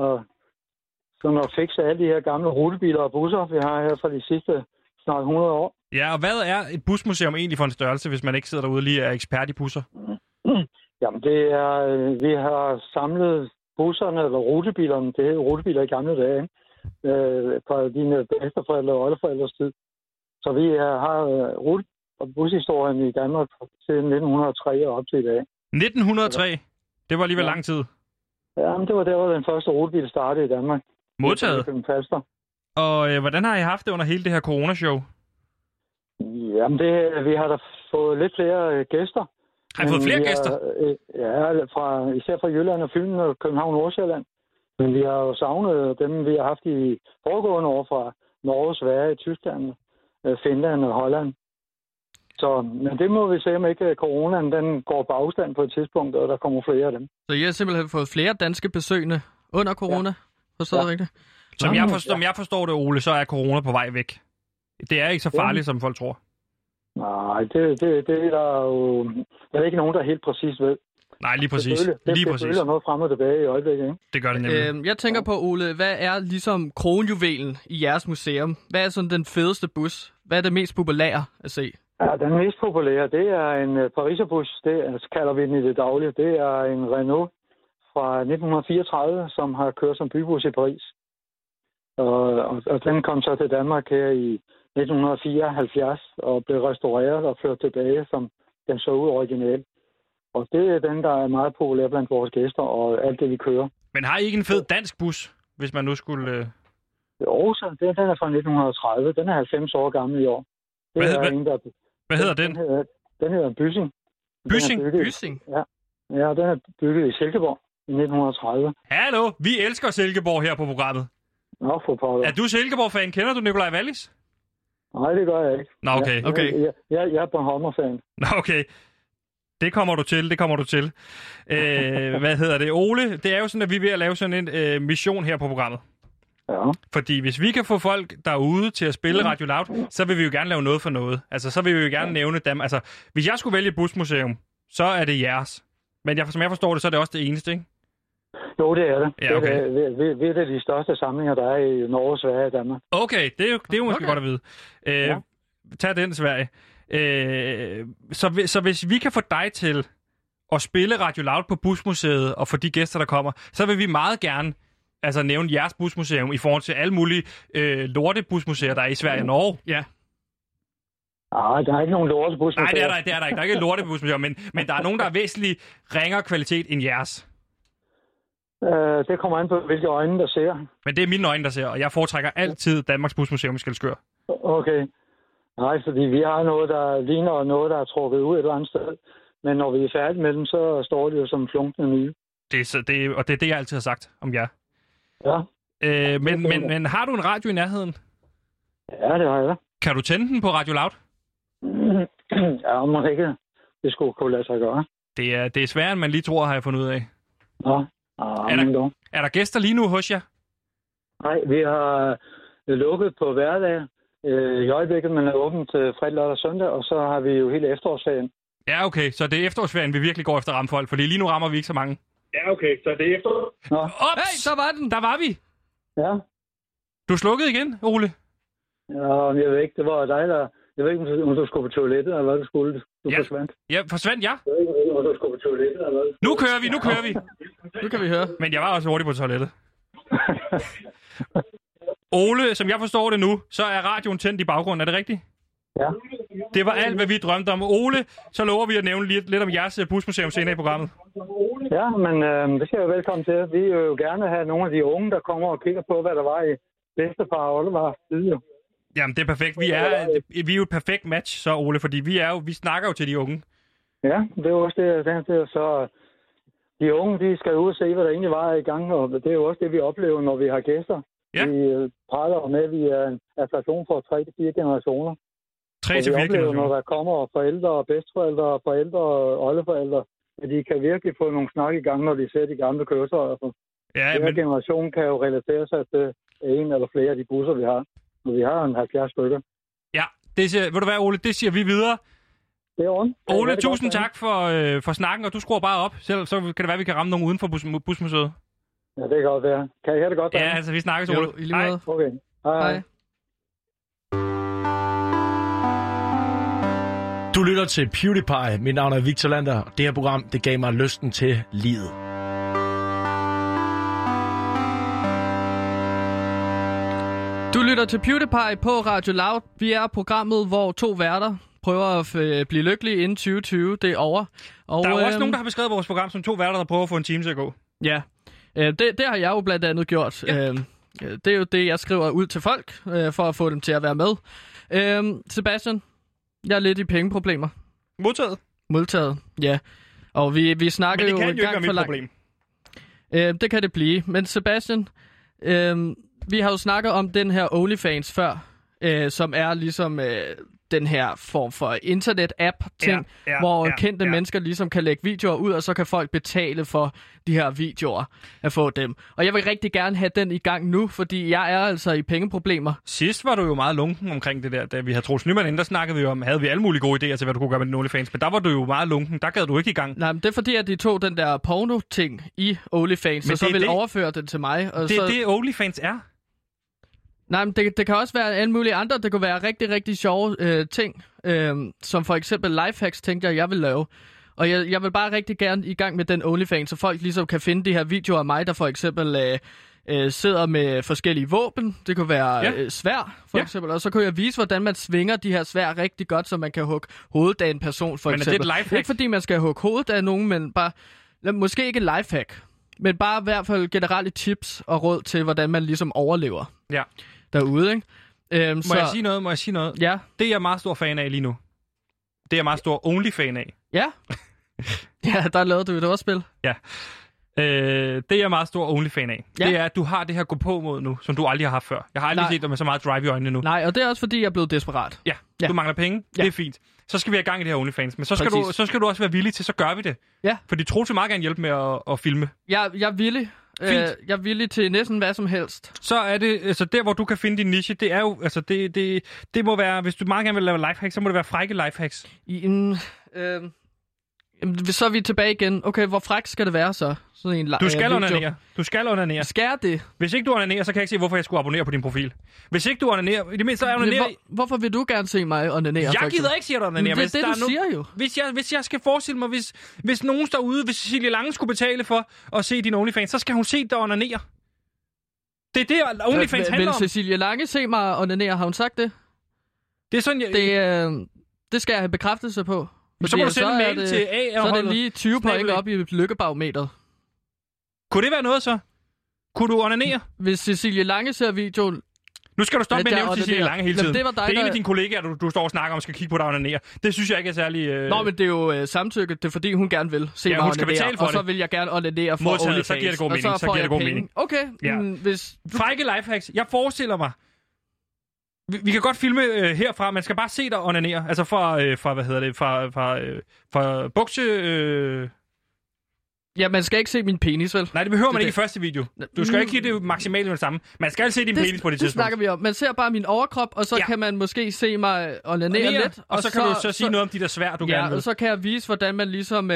at fikse alle de her gamle rutebiler og busser, vi har her fra de sidste snart 100 år. Ja, og hvad er et busmuseum egentlig for en størrelse, hvis man ikke sidder derude og lige er ekspert i busser? Jamen, det er, vi har samlet busserne, eller rutebilerne, det hed rutebiler i gamle dage, fra dine bedsteforældre og oldeforældres tid. Så vi har rute- og bushistorien i Danmark siden 1903 og op til i dag. 1903? Det var alligevel lang tid. Ja, men det var der, hvor den første rutebil startede i Danmark. Modtaget. Og hvordan har I haft det under hele det her coronashow? Jamen, vi har da fået lidt flere gæster. Har I fået flere gæster? Ja, især fra Jylland og Fyn og København og Nordsjælland. Men vi har jo savnet dem, vi har haft i foregående år fra Norge, Sverige, Tyskland, Finland og Holland. Men det må vi se, om ikke coronaen den går på afstand på et tidspunkt, og der kommer flere af dem. Så I har simpelthen fået flere danske besøgende under corona? Ja. Forstår du rigtigt? Som jeg forstår det, Ole, så er corona på vej væk. Det er ikke så farligt, som folk tror. Nej, det er der jo... Der er ikke nogen, der helt præcis ved. Nej, lige præcis. Det føler noget frem og tilbage i øjeblikket, ikke? Det gør det nemlig. Jeg tænker på, Ole, hvad er ligesom kronjuvelen i jeres museum? Hvad er sådan den fedeste bus? Hvad er det mest populære at se? Ja, den mest populære, det er en Pariserbus. Det kalder vi den i det daglige. Det er en Renault fra 1934, som har kørt som bybus i Paris. Og den kom så til Danmark her i 1974 og blev restaureret og ført tilbage, som den så ud originalt. Og det er den, der er meget populær blandt vores gæster og alt det, vi kører. Men har I ikke en fed dansk bus, hvis man nu skulle... Jo, så den er fra 1930. Den er 90 år gammel i år. Hvad hedder den? Den hedder Byssing. Byssing? Ja, den er bygget i Silkeborg i 1930. Hallo, vi elsker Silkeborg her på programmet. Nå, for pokker. Er du Silkeborg-fan? Kender du Nikolaj Wallis? Nej, det gør jeg ikke. Nå, okay. Jeg er Bornholmer-fan. Nå, okay. Det kommer du til. Hvad hedder det? Ole, det er jo sådan, at vi er ved at lave sådan en mission her på programmet. Ja. Fordi hvis vi kan få folk derude til at spille Radio Loud, så vil vi jo gerne lave noget for noget. Altså, så vil vi jo gerne nævne dem. Altså, hvis jeg skulle vælge et busmuseum, så er det jeres. Men som jeg forstår det, så er det også det eneste, ikke? Jo, det er det. Ja, okay. Det er de største samlinger, der er i Norge, Sverige og Danmark. Okay, det er jo måske godt at vide. Tag den, Sverige. Så hvis vi kan få dig til at spille Radio Loud på Busmuseet, og for de gæster, der kommer, så vil vi meget gerne nævne jeres busmuseum i forhold til alle mulige lortebusmuseer, der er i Sverige og Norge. Ja. Nej, der er ikke nogen lortebusmuseer. Nej, det er der ikke. Der er ikke lortebusmuseer, men der er nogen, der er væsentligt ringere kvalitet end jeres. Det kommer an på, hvilke øjne, der ser. Men det er mine øjne, der ser, og jeg foretrækker altid Danmarks Busmuseum i Skælskør. Okay. Nej, fordi vi har noget, der ligner noget, der er trukket ud et eller andet sted. Men når vi er færdige med dem, så står det jo som flunkende nye. Og det er det, jeg altid har sagt om jer. Ja. Men har du en radio i nærheden? Ja, det har jeg. Kan du tænde den på Radio Loud? Ja, må ikke. Det skulle kunne lade sig gøre. Det er sværere, end man lige tror, har jeg fundet ud af. Nå. Er der gæster lige nu hos jer? Nej, vi har lukket på hverdag i øjeblikket, men er åbent fredag, lørdag og søndag, og så har vi jo hele efterårsferien. Ja, okay. Så det er efterårsferien, vi virkelig går efter at ramme folk, fordi lige nu rammer vi ikke så mange. Ja, okay. Så det er efterårsferien. Hey, så var den! Der var vi! Ja. Du slukkede igen, Ole? Ja, jeg ved ikke. Det var dig, der... Jeg ved ikke, om du skulle på toilettet, eller hvad du skulle. Du forsvandt. Ja, forsvandt jeg? Jeg ved ikke, om du skulle på toilettet, eller hvad. Nu kører vi! Nu kan vi høre. Men jeg var også hurtigt på toilettet. Ole, som jeg forstår det nu, så er radioen tændt i baggrunden. Er det rigtigt? Ja. Det var alt, hvad vi drømte om. Ole, så lover vi at nævne lidt om jeres busmuseum senere i programmet. Ja, men det skal jeg jo velkommen til. Vi vil jo gerne have nogle af de unge, der kommer og kigger på, hvad der var i bedstefar og oldefar tidligere. Jamen, det er perfekt. Vi er jo et perfekt match, så Ole, fordi vi snakker jo til de unge. Ja, det er jo også det. Så de unge, de skal ud og se, hvad der egentlig var i gang, og det er jo også det, vi oplever, når vi har gæster. Ja. Vi prater med, at vi er en attraktion for 3-4 generationer. 3-4 generationer? Når der kommer forældre og bedsteforældre og forældre og oldeforældre, at de kan virkelig få nogle snak i gang, når de ser de gamle køretøjer. Ja, hver generation kan jo relatere sig til en eller flere af de busser, vi har. Og vi har en 70 stykker. Ja, ved du hvad, Ole, det siger vi videre. Det er ordentligt. Ole, tusind tak for snakken, og du skruer bare op. Selv så kan det være, at vi kan ramme nogen uden for busmuseet. Ja, det kan godt være. Kan I have det godt? Ja, altså, vi snakkes, Ole. Hej. Okay. Hej. Du lytter til PewDiePie. Mit navn er Victor Lander. Det her program, det gav mig lysten til livet. Du lytter til PewDiePie på Radio Loud. Vi er programmet, hvor to værter prøver at blive lykkelige inden 2020. Det er over. Og, der er jo også nogen, der har beskrevet vores program som to værter, der prøver at få en time til at gå. Ja, det har jeg jo blandt andet gjort. Ja. Det er jo det, jeg skriver ud til folk, for at få dem til at være med. Sebastian, jeg er lidt i pengeproblemer. Modtaget, ja. Og vi snakker jo... Men det kan jo ikke være mit problem. Det kan det blive. Men Sebastian, vi har jo snakket om den her OnlyFans før, som er ligesom den her form for internet-app-ting, hvor kendte mennesker ligesom kan lægge videoer ud, og så kan folk betale for de her videoer at få dem. Og jeg vil rigtig gerne have den i gang nu, fordi jeg er altså i pengeproblemer. Sidst var du jo meget lunken omkring det der, da vi havde Troels Nyman inden, der snakkede vi om, havde vi alle mulige gode idéer til, hvad du kunne gøre med den OnlyFans, men der var du jo meget lunken, der gad du ikke i gang. Nej, men det er fordi, at de tog den der porno-ting i OnlyFans, men og så ville overføre den til mig. Og det er det, OnlyFans er. Nej, men det kan også være alle mulige andre. Det kunne være rigtig, rigtig sjove ting, som for eksempel lifehacks, tænkte jeg vil lave. Og jeg vil bare rigtig gerne i gang med den OnlyFans, så folk ligesom kan finde de her videoer af mig, der for eksempel sidder med forskellige våben. Det kunne være svær, for eksempel. Og så kunne jeg vise, hvordan man svinger de her svær rigtig godt, så man kan hugge hovedet af en person, for eksempel. Men er det et lifehack? Ikke fordi man skal hugge hovedet af nogen, men bare... Måske ikke et lifehack, men bare i hvert fald generelle tips og råd til, hvordan man ligesom overlever derude, ikke? Må jeg sige noget? Ja. Det er jeg meget stor fan af lige nu. Det er jeg meget stor only-fan af. Ja. Ja, der lavede du et overspil. Ja. Det er jeg meget stor only-fan af. Ja. Det er, at du har det her gå-på-mod nu, som du aldrig har haft før. Jeg har aldrig set dig med så meget drive i øjnene nu. Nej, og det er også fordi, jeg er blevet desperat. Ja, du mangler penge. Ja. Det er fint. Så skal vi have gang i det her OnlyFans. Men så skal du også være villig til, så gør vi det. Ja. Fordi Troels vil meget gerne hjælpe med at filme. Jeg er villig. Jeg er villig til næsten hvad som helst. Så er det, altså der hvor du kan finde din niche, det er jo, altså det må være, hvis du meget gerne vil lave lifehacks, så må det være frække lifehacks. Så er vi tilbage igen. Okay, hvor fræk skal det være så? Sådan en du skal onanere. Skal det? Hvis ikke du onanerer, så kan jeg ikke se, hvorfor jeg skulle abonnere på din profil. Hvis ikke du onanerer, i det mindste så onanerer... Hvorfor vil du gerne se mig onanere? Jeg gider ikke se dig onanere. Det er det, du siger jo. Hvis jeg skal forestille mig, hvis nogen derude, hvis Cecilie Lange skulle betale for at se din OnlyFans, så skal hun se dig onanere. Det er det, OnlyFans handler om. Vil Cecilie Lange se mig onanere? Har hun sagt det? Det er sådan, det skal jeg have bekræftelse på. Så må du sende en mail til A. Så er det lige 20 point op i lykkebarometeret. Kunne det være noget så? Kunne du onanere? Hvis Cecilie Lange ser videoen... Nu skal du stoppe med at nævne Cecilie Lange hele tiden. Jamen, det er en af dine kollegaer, du står og snakker om, skal kigge på dig og onanere. Det synes jeg ikke er særlig... Nå, men det er jo samtykke. Det er fordi, hun gerne vil se mig onanere. Og så vil jeg gerne onanere for OnlyFans. Så giver det god mening. Så giver det god mening. Okay. Ja. Frække lifehacks. Jeg forestiller mig... Vi kan godt filme herfra, man skal bare se dig onanere. Altså fra hvad hedder det, fra bukse... Ja, man skal ikke se min penis, vel? Nej, det behøver man ikke i første video. Du skal ikke give det maksimalt med det samme. Man skal se din penis på det tidspunkt. Det snakker vi om. Man ser bare min overkrop, og så kan man måske se mig onanere lidt. Og så kan du så sige noget om de der svær, du gerne vil. Ja, og så kan jeg vise, hvordan man ligesom...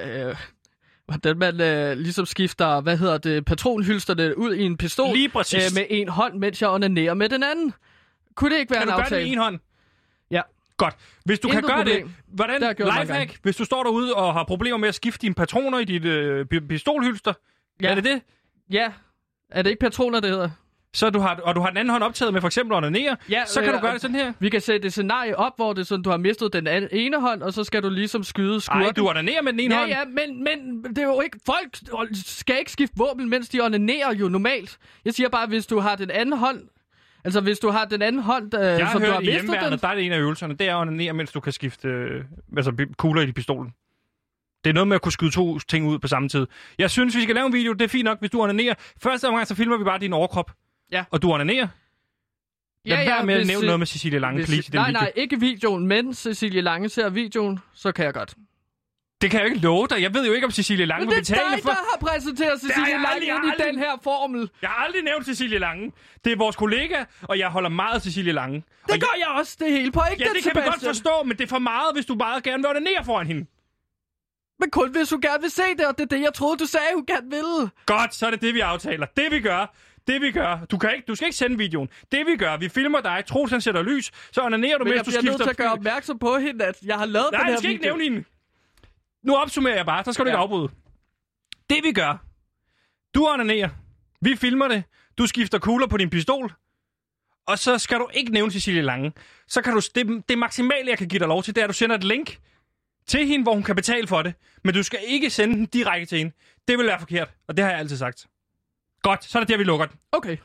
ligesom skifter, patronhylsterne ud i en pistol. Lige præcis. Med en hånd, mens jeg onanerer med den anden. Kunne det ikke være en aftale? Kan du gøre det med en hånd? Ja. Godt. Hvis du kan gøre det, hvordan lifehack, hvis du står derude og har problemer med at skifte dine patroner i dit pistolhylster, er det det? Ja. Er det ikke patroner, det hedder? Så du har den anden hånd optaget med for eksempel onanere, så kan du gøre det sådan her. Vi kan sætte et scenarie op, hvor det er sådan, du har mistet den ene hånd, og så skal du ligesom skyde skurken. Nej, du onanerer med den ene hånd. Ja, men det er jo ikke... Folk skal ikke skifte våben, mens de onanerer jo normalt. Jeg siger bare, hvis du har den anden hånd... Altså, hvis du har den anden hånd, som du har mistet den... Jeg har hørt i hjemmeværnet, der er det en af øvelserne, det er at onanere, mens du kan skifte kugler i pistolen. Det er noget med at kunne skyde 2 ting ud på samme tid. Jeg synes, vi skal lave en video, det er fint nok, hvis du onanerer. Første omgang, så filmer vi bare din overkrop. Ja. Og du onanerer. Lad være med at nævne noget med Cecilie Lange, please, i den video. Nej, ikke videoen, men Cecilie Lange ser videoen, så kan jeg godt. Det kan jeg jo ikke love dig. Jeg ved jo ikke, om Cecilie Lange vil betale for... Men det er dig, der har præsenteret Cecilie Lange ind i den her formel. Jeg har aldrig nævnt Cecilie Lange. Det er vores kollega, og jeg holder meget af Cecilie Lange. Det gør jeg også, det hele på. Ikke ja, det kan vi godt forstå, men det er for meget, hvis du bare gerne vil onanere foran hende. Men kun hvis du gerne vil se det, og det er det, jeg troede, du sagde, hun gerne ville. Godt, så er det vi aftaler. Det vi gør. Du skal ikke sende videoen. Det vi gør, vi filmer dig. Troels han sætter lys, så onanerer du, mens du skifter... Men jeg bliver nødt til at gøre opmærksom på hende, at jeg har lavet den her video. Nej, du skal ikke nævne hende. Nu opsummerer jeg bare, så skal du ikke afbryde. Det vi gør, du onanerer, vi filmer det, du skifter kugler på din pistol, og så skal du ikke nævne Cecilie Lange. Så kan du, det maksimale, jeg kan give dig lov til, det er, at du sender et link til hende, hvor hun kan betale for det. Men du skal ikke sende den direkte til hende. Det vil være forkert, og det har jeg altid sagt. Godt, så er det der, vi lukker den. Okay.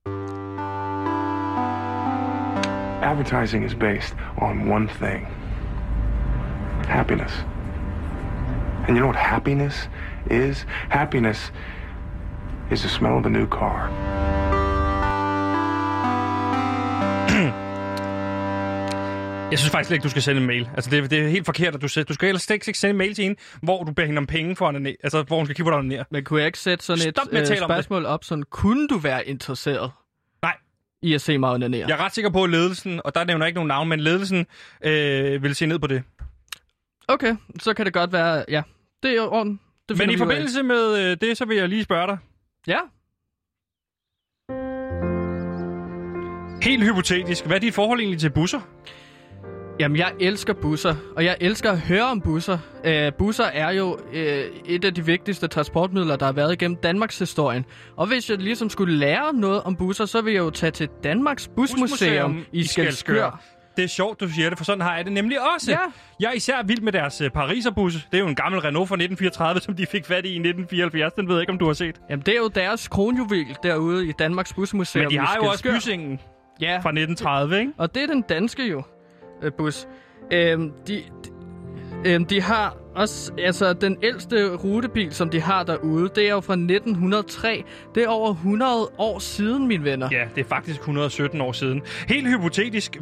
Advertising is based on one thing. Happiness. And you know what happiness is? Happiness is the smell of a new car. Jeg synes faktisk ikke, du skal sende en mail. Altså, det er helt forkert, at du skal ellers ikke sende en mail til hende, hvor du beder hende om penge for at altså, hvor hun skal kigge på dig ned. Men kunne jeg ikke sætte sådan et spørgsmål op, sådan, kunne du være interesseret? Nej. I at se mig onanere? Jeg er ret sikker på, at ledelsen, og der nævner jeg ikke nogen navn, men ledelsen vil se ned på det. Okay, så kan det godt være, ja. Det er ordentligt. Men i forbindelse med det, så vil jeg lige spørge dig. Ja. Helt hypotetisk, hvad er dit forhold egentlig til busser? Jamen, jeg elsker busser, og jeg elsker at høre om busser. Busser er jo et af de vigtigste transportmidler, der har været igennem Danmarks historien. Og hvis jeg ligesom skulle lære noget om busser, så vil jeg jo tage til Danmarks Busmuseum i Skælskør. Det er sjovt, du siger det, for sådan har jeg det nemlig også. Ja. Jeg er især vild med deres Pariserbus. Det er jo en gammel Renault fra 1934, som de fik fat i 1974. Den ved jeg ikke, om du har set. Jamen, det er jo deres kronjuvel derude i Danmarks Busmuseum. Men de har jo også Bysingen fra 1930, ikke? Og det er den danske jo, bus. De har også, altså den ældste rutebil, som de har derude, det er jo fra 1903. Det er over 100 år siden, mine venner. Ja, det er faktisk 117 år siden. Helt hypotetisk,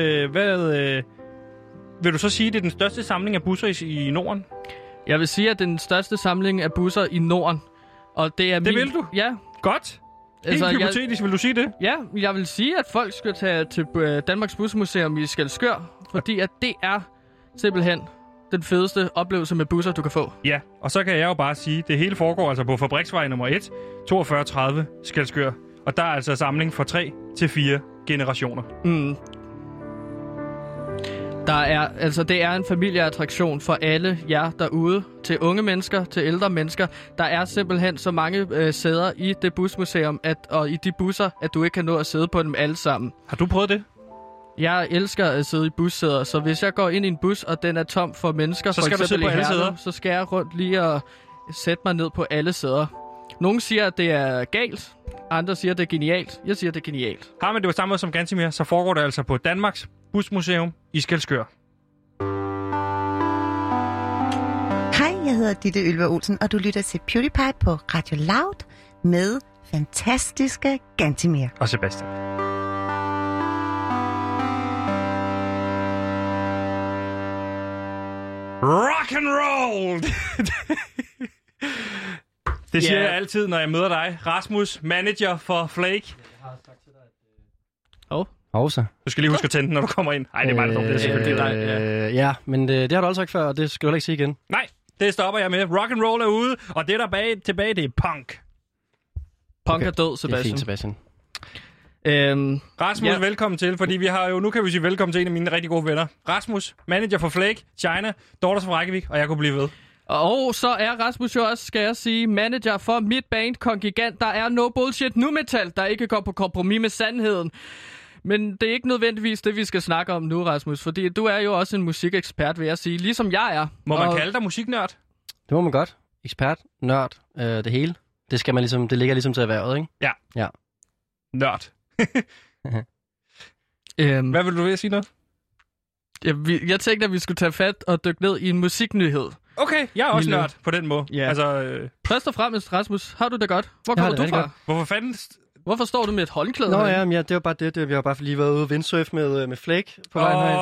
vil du så sige, det er den største samling af busser i Norden? Jeg vil sige, at det er den største samling af busser i Norden. Og det er det vil du? Ja. Godt. Helt hypotetisk, vil du sige det? Ja, jeg vil sige, at folk skal tage til Danmarks Busmuseum i Skælskør, fordi at det er simpelthen den fedeste oplevelse med busser, du kan få. Ja, og så kan jeg jo bare sige, at det hele foregår altså på Fabriksvej nummer 1, 4230 Skælskør. Og der er altså samling for 3 til 4 generationer. Det er en familieattraktion for alle jer derude, til unge mennesker, til ældre mennesker. Der er simpelthen så mange sæder i det busmuseum og i de busser, at du ikke kan nå at sidde på dem alle sammen. Har du prøvet det? Jeg elsker at sidde i bussæder, så hvis jeg går ind i en bus, og den er tom for mennesker, så for skal eksempel du sidde på alle sæder? Så skal jeg rundt lige og sætte mig ned på alle sæder. Nogle siger, at det er galt. Andre siger, at det er genialt. Jeg siger, at det er genialt. Har man det på samme måde som Gantimir, så foregår det altså på Danmarks Busmuseum i Skælskør. Hej, jeg hedder Ditte Ylva Olsen, og du lytter til PewDiePie på Radio Loud med fantastiske Gantimir. Og Sebastian. Rock and roll! Det siger jeg altid, når jeg møder dig. Rasmus, manager for Flake. Hovsa. Du skal lige huske at tænde den, når du kommer ind. Nej, det er meget dumt. Det er selvfølgelig dig. Ja, men det har du også sagt før, og det skal du heller ikke sige igen. Nej, det stopper jeg med. Rock and roll er ude, og det der tilbage, det er punk. Punk er død, Sebastian. Det er fint, Sebastian. Rasmus, velkommen til, fordi vi har jo, nu kan vi sige velkommen til en af mine rigtig gode venner. Rasmus, manager for Flake, China, Daughters of Reykjavik, og jeg kunne blive ved. Og så er Rasmus jo også, skal jeg sige, manager for mit band Kongigant. Der er no bullshit nu metal, der ikke går på kompromis med sandheden. Men det er ikke nødvendigvis det, vi skal snakke om nu, Rasmus, fordi du er jo også en musikekspert, vil jeg sige, ligesom jeg er. Må man kalde dig musiknørd? Det må man godt. Ekspert, nørd, det hele. Det skal man ligesom, det ligger ligesom til erhvervet, ikke? Ja. Nørd. Hvad vil du ved at sige noget? Jeg tænkte, at vi skulle tage fat og dykke ned i en musiknyhed. Okay, jeg er også nørd på den måde. Ja. Først og fremmest, Rasmus, har du det godt? Hvor kommer du fra? Hvorfor fanden... Hvorfor står du med et håndklæde? Nå ja, det var bare det. Vi har bare lige været ude og windsurf med Flake på vejen herind.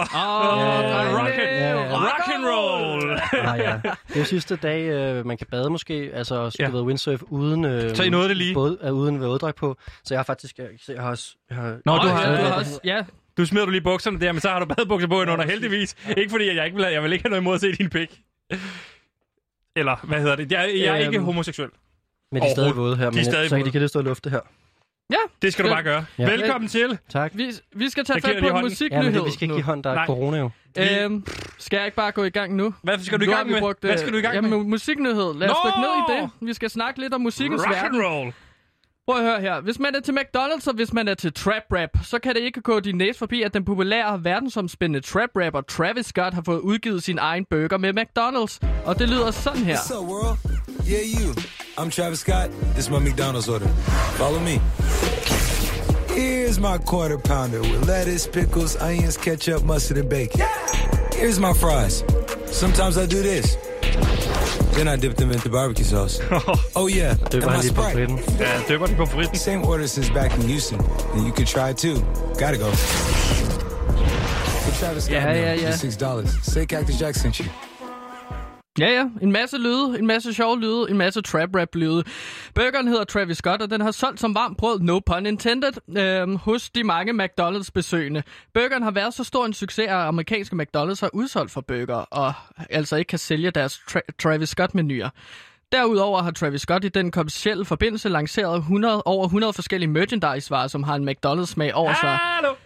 Rock and roll! Ja. Det er jo sidste dag, man kan bade måske. Altså, du ved, windsurf uden... Så I nåede det lige? Uden våddragt på. Så jeg har faktisk... Jeg har også... Nå, du har også... Ja. Du smider du lige bukserne der, men så har du badebukser på under, heldigvis. Ikke fordi, at jeg vil ikke have noget imod at se din pik. Eller, hvad hedder det? Jeg er ikke homoseksuel. Men de er stadig våde her, men så kan det stå og lufte her. Ja, det skal du bare gøre. Ja. Velkommen til. Tak. Vi skal tage fat på en musiknyhed. Ja, men vi skal ikke give hånd, der er corona jo. Skal jeg ikke bare gå i gang nu? Hvad skal du i gang med? Hvad skal du i gang med? Jamen, musiknyhed. Lad os dykke ned i det. Vi skal snakke lidt om musikkens verden. Rock and roll. Prøv at høre her. Hvis man er til McDonald's, og hvis man er til trap rap, så kan det ikke gå din næse forbi, at den populære verdensomspændende trap rapper Travis Scott har fået udgivet sin egen burger med McDonald's. Og det lyder sådan her. What's up, world? Yeah, you. I'm Travis Scott. This is my McDonald's order. Follow me. Here's my quarter pounder with lettuce, pickles, onions, ketchup, mustard, and bacon. Here's my fries. Sometimes I do this. Then I dip them into barbecue sauce. Oh yeah, and my Sprite. Ja, døber den på fritten. Same order since back in Houston, and you can try it too. Gotta go. For Travis Scott, $6. Say Cactus Jack sent you. Ja. En masse lyde, en masse sjove lyde, en masse trap-rap-lyde. Burgeren hedder Travis Scott, og den har solgt som varmt brød, no pun intended, hos de mange McDonald's-besøgende. Burgeren har været så stor en succes, at amerikanske McDonald's har udsolgt for burger, og altså ikke kan sælge deres Travis Scott-menuer. Derudover har Travis Scott i den kommercielle forbindelse lanceret over 100 forskellige merchandise-varer, som har en McDonald's-smag over sig. Hallo!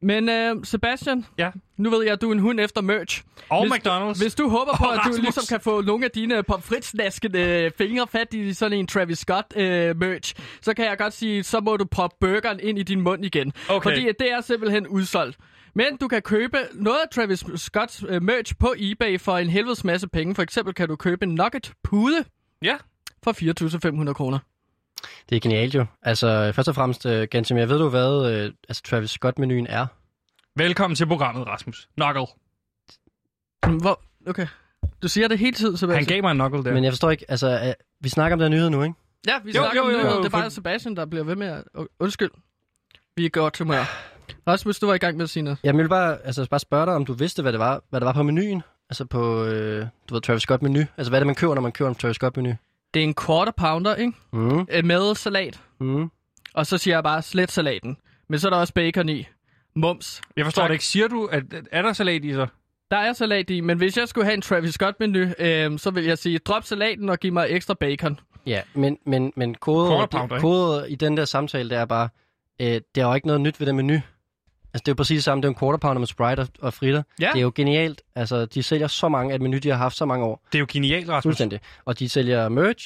Men Sebastian, nu ved jeg, at du er en hund efter merch. Og McDonald's. Hvis du håber på, at du ligesom kan få nogle af dine pomfritsnaskende fingre fat i sådan en Travis Scott merch, så kan jeg godt sige, så må du proppe burgeren ind i din mund igen. Okay. Fordi det er simpelthen udsolgt. Men du kan købe noget af Travis Scotts merch på eBay for en helvedes masse penge. For eksempel kan du købe en nugget-pude for 4.500 kroner. Det er genialt jo. Altså, først og fremmest, Gantemir, ved du hvad Travis Scott-menuen er? Velkommen til programmet, Rasmus. Knuckle. Okay. Du siger det hele tiden, Sebastian. Han gav mig en knuckle der. Men jeg forstår ikke, altså, vi snakker om den nyhed nu, ikke? Ja, vi snakker om nyhed. Det er bare Sebastian, der bliver ved med at... Undskyld. Vi er godt til mig. Rasmus, du var i gang med at sige noget. Jeg vil bare spørge dig, om du vidste, hvad det var på menuen. Altså på, du ved, Travis Scott-menu. Altså, hvad er det, man køber, når man køber en Travis Scott-menu? Det er en quarter pounder, ikke? Med salat. Og så siger jeg bare slet salaten. Men så er der også bacon i. Mums. Jeg forstår det ikke. Siger du, at er der salat i så? Der er salat i, men hvis jeg skulle have en Travis Scott-menu, så vil jeg sige, drop salaten og giv mig ekstra bacon. Ja, men kode i den der samtale, det er bare, det er jo ikke noget nyt ved den menu. Altså, det er jo præcis det samme. Det er en quarter pounder med Sprite og fritter. Ja. Det er jo genialt. Altså, de sælger så mange, at menu, de har haft så mange år. Det er jo genialt, Rasmus. Fuldstændig. Og de sælger merch.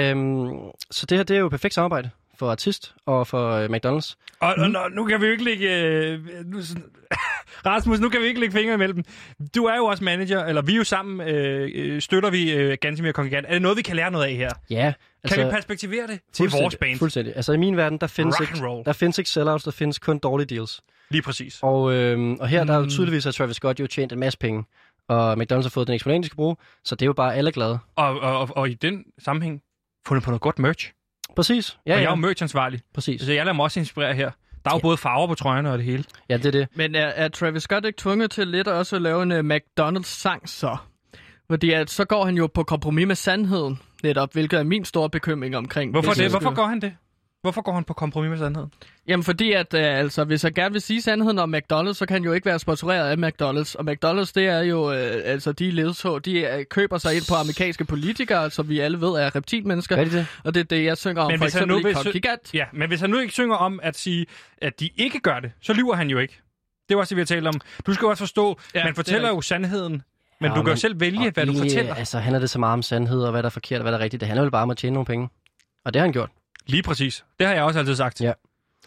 Så det her, det er jo perfekt samarbejde for artist og for McDonald's. Og nu kan vi jo ikke lægge... Rasmus, nu kan vi ikke lægge fingre imellem. Du er jo også manager, eller vi er jo sammen, støtter vi Gantemir Kongregant. Er det noget, vi kan lære noget af her? Ja. Altså, kan vi perspektivere det til vores band? Fuldstændig. Altså i min verden, der findes ikke sellouts, der findes kun dårlige deals. Lige præcis. Og her der er jo tydeligvis, at Travis Scott jo tjent en masse penge, og McDonald's har fået den eksponent, de skal bruge, så det er jo bare alle glade. Og i den sammenhæng, fundet på noget godt merch. Præcis. Ja, og jeg er jo merch-ansvarlig. Præcis. Så jeg lader mig også inspirere her. Der er jo både farver på trøjerne og det hele. Ja, det er det. Men er Travis Scott ikke tvunget til lidt også at lave en McDonald's-sang så? Fordi så går han jo på kompromis med sandheden, netop, hvilket er min store bekymring omkring. Hvorfor går han det? Hvorfor går han på kompromis med sandheden? Jamen fordi, at hvis jeg gerne vil sige sandheden om McDonald's, så kan han jo ikke være sponsoreret af McDonald's. Og McDonald's, det er jo, de ledtog, de køber sig ind på amerikanske politikere, som vi alle ved er reptilmennesker. Det? Og det er det, jeg synger om, men for eksempel i Kongregant. Ja, men hvis han nu ikke synger om at sige, at de ikke gør det, så lyver han jo ikke. Det er også det, vi har talt om. Du skal jo også forstå, man fortæller jo sandheden. Men du kan jo selv vælge, hvad du fortæller. Altså, handler det så meget om sandhed, og hvad der er forkert, og hvad der er rigtigt. Det handler vel bare om at tjene nogle penge. Og det har han gjort. Lige præcis. Det har jeg også altid sagt. Ja.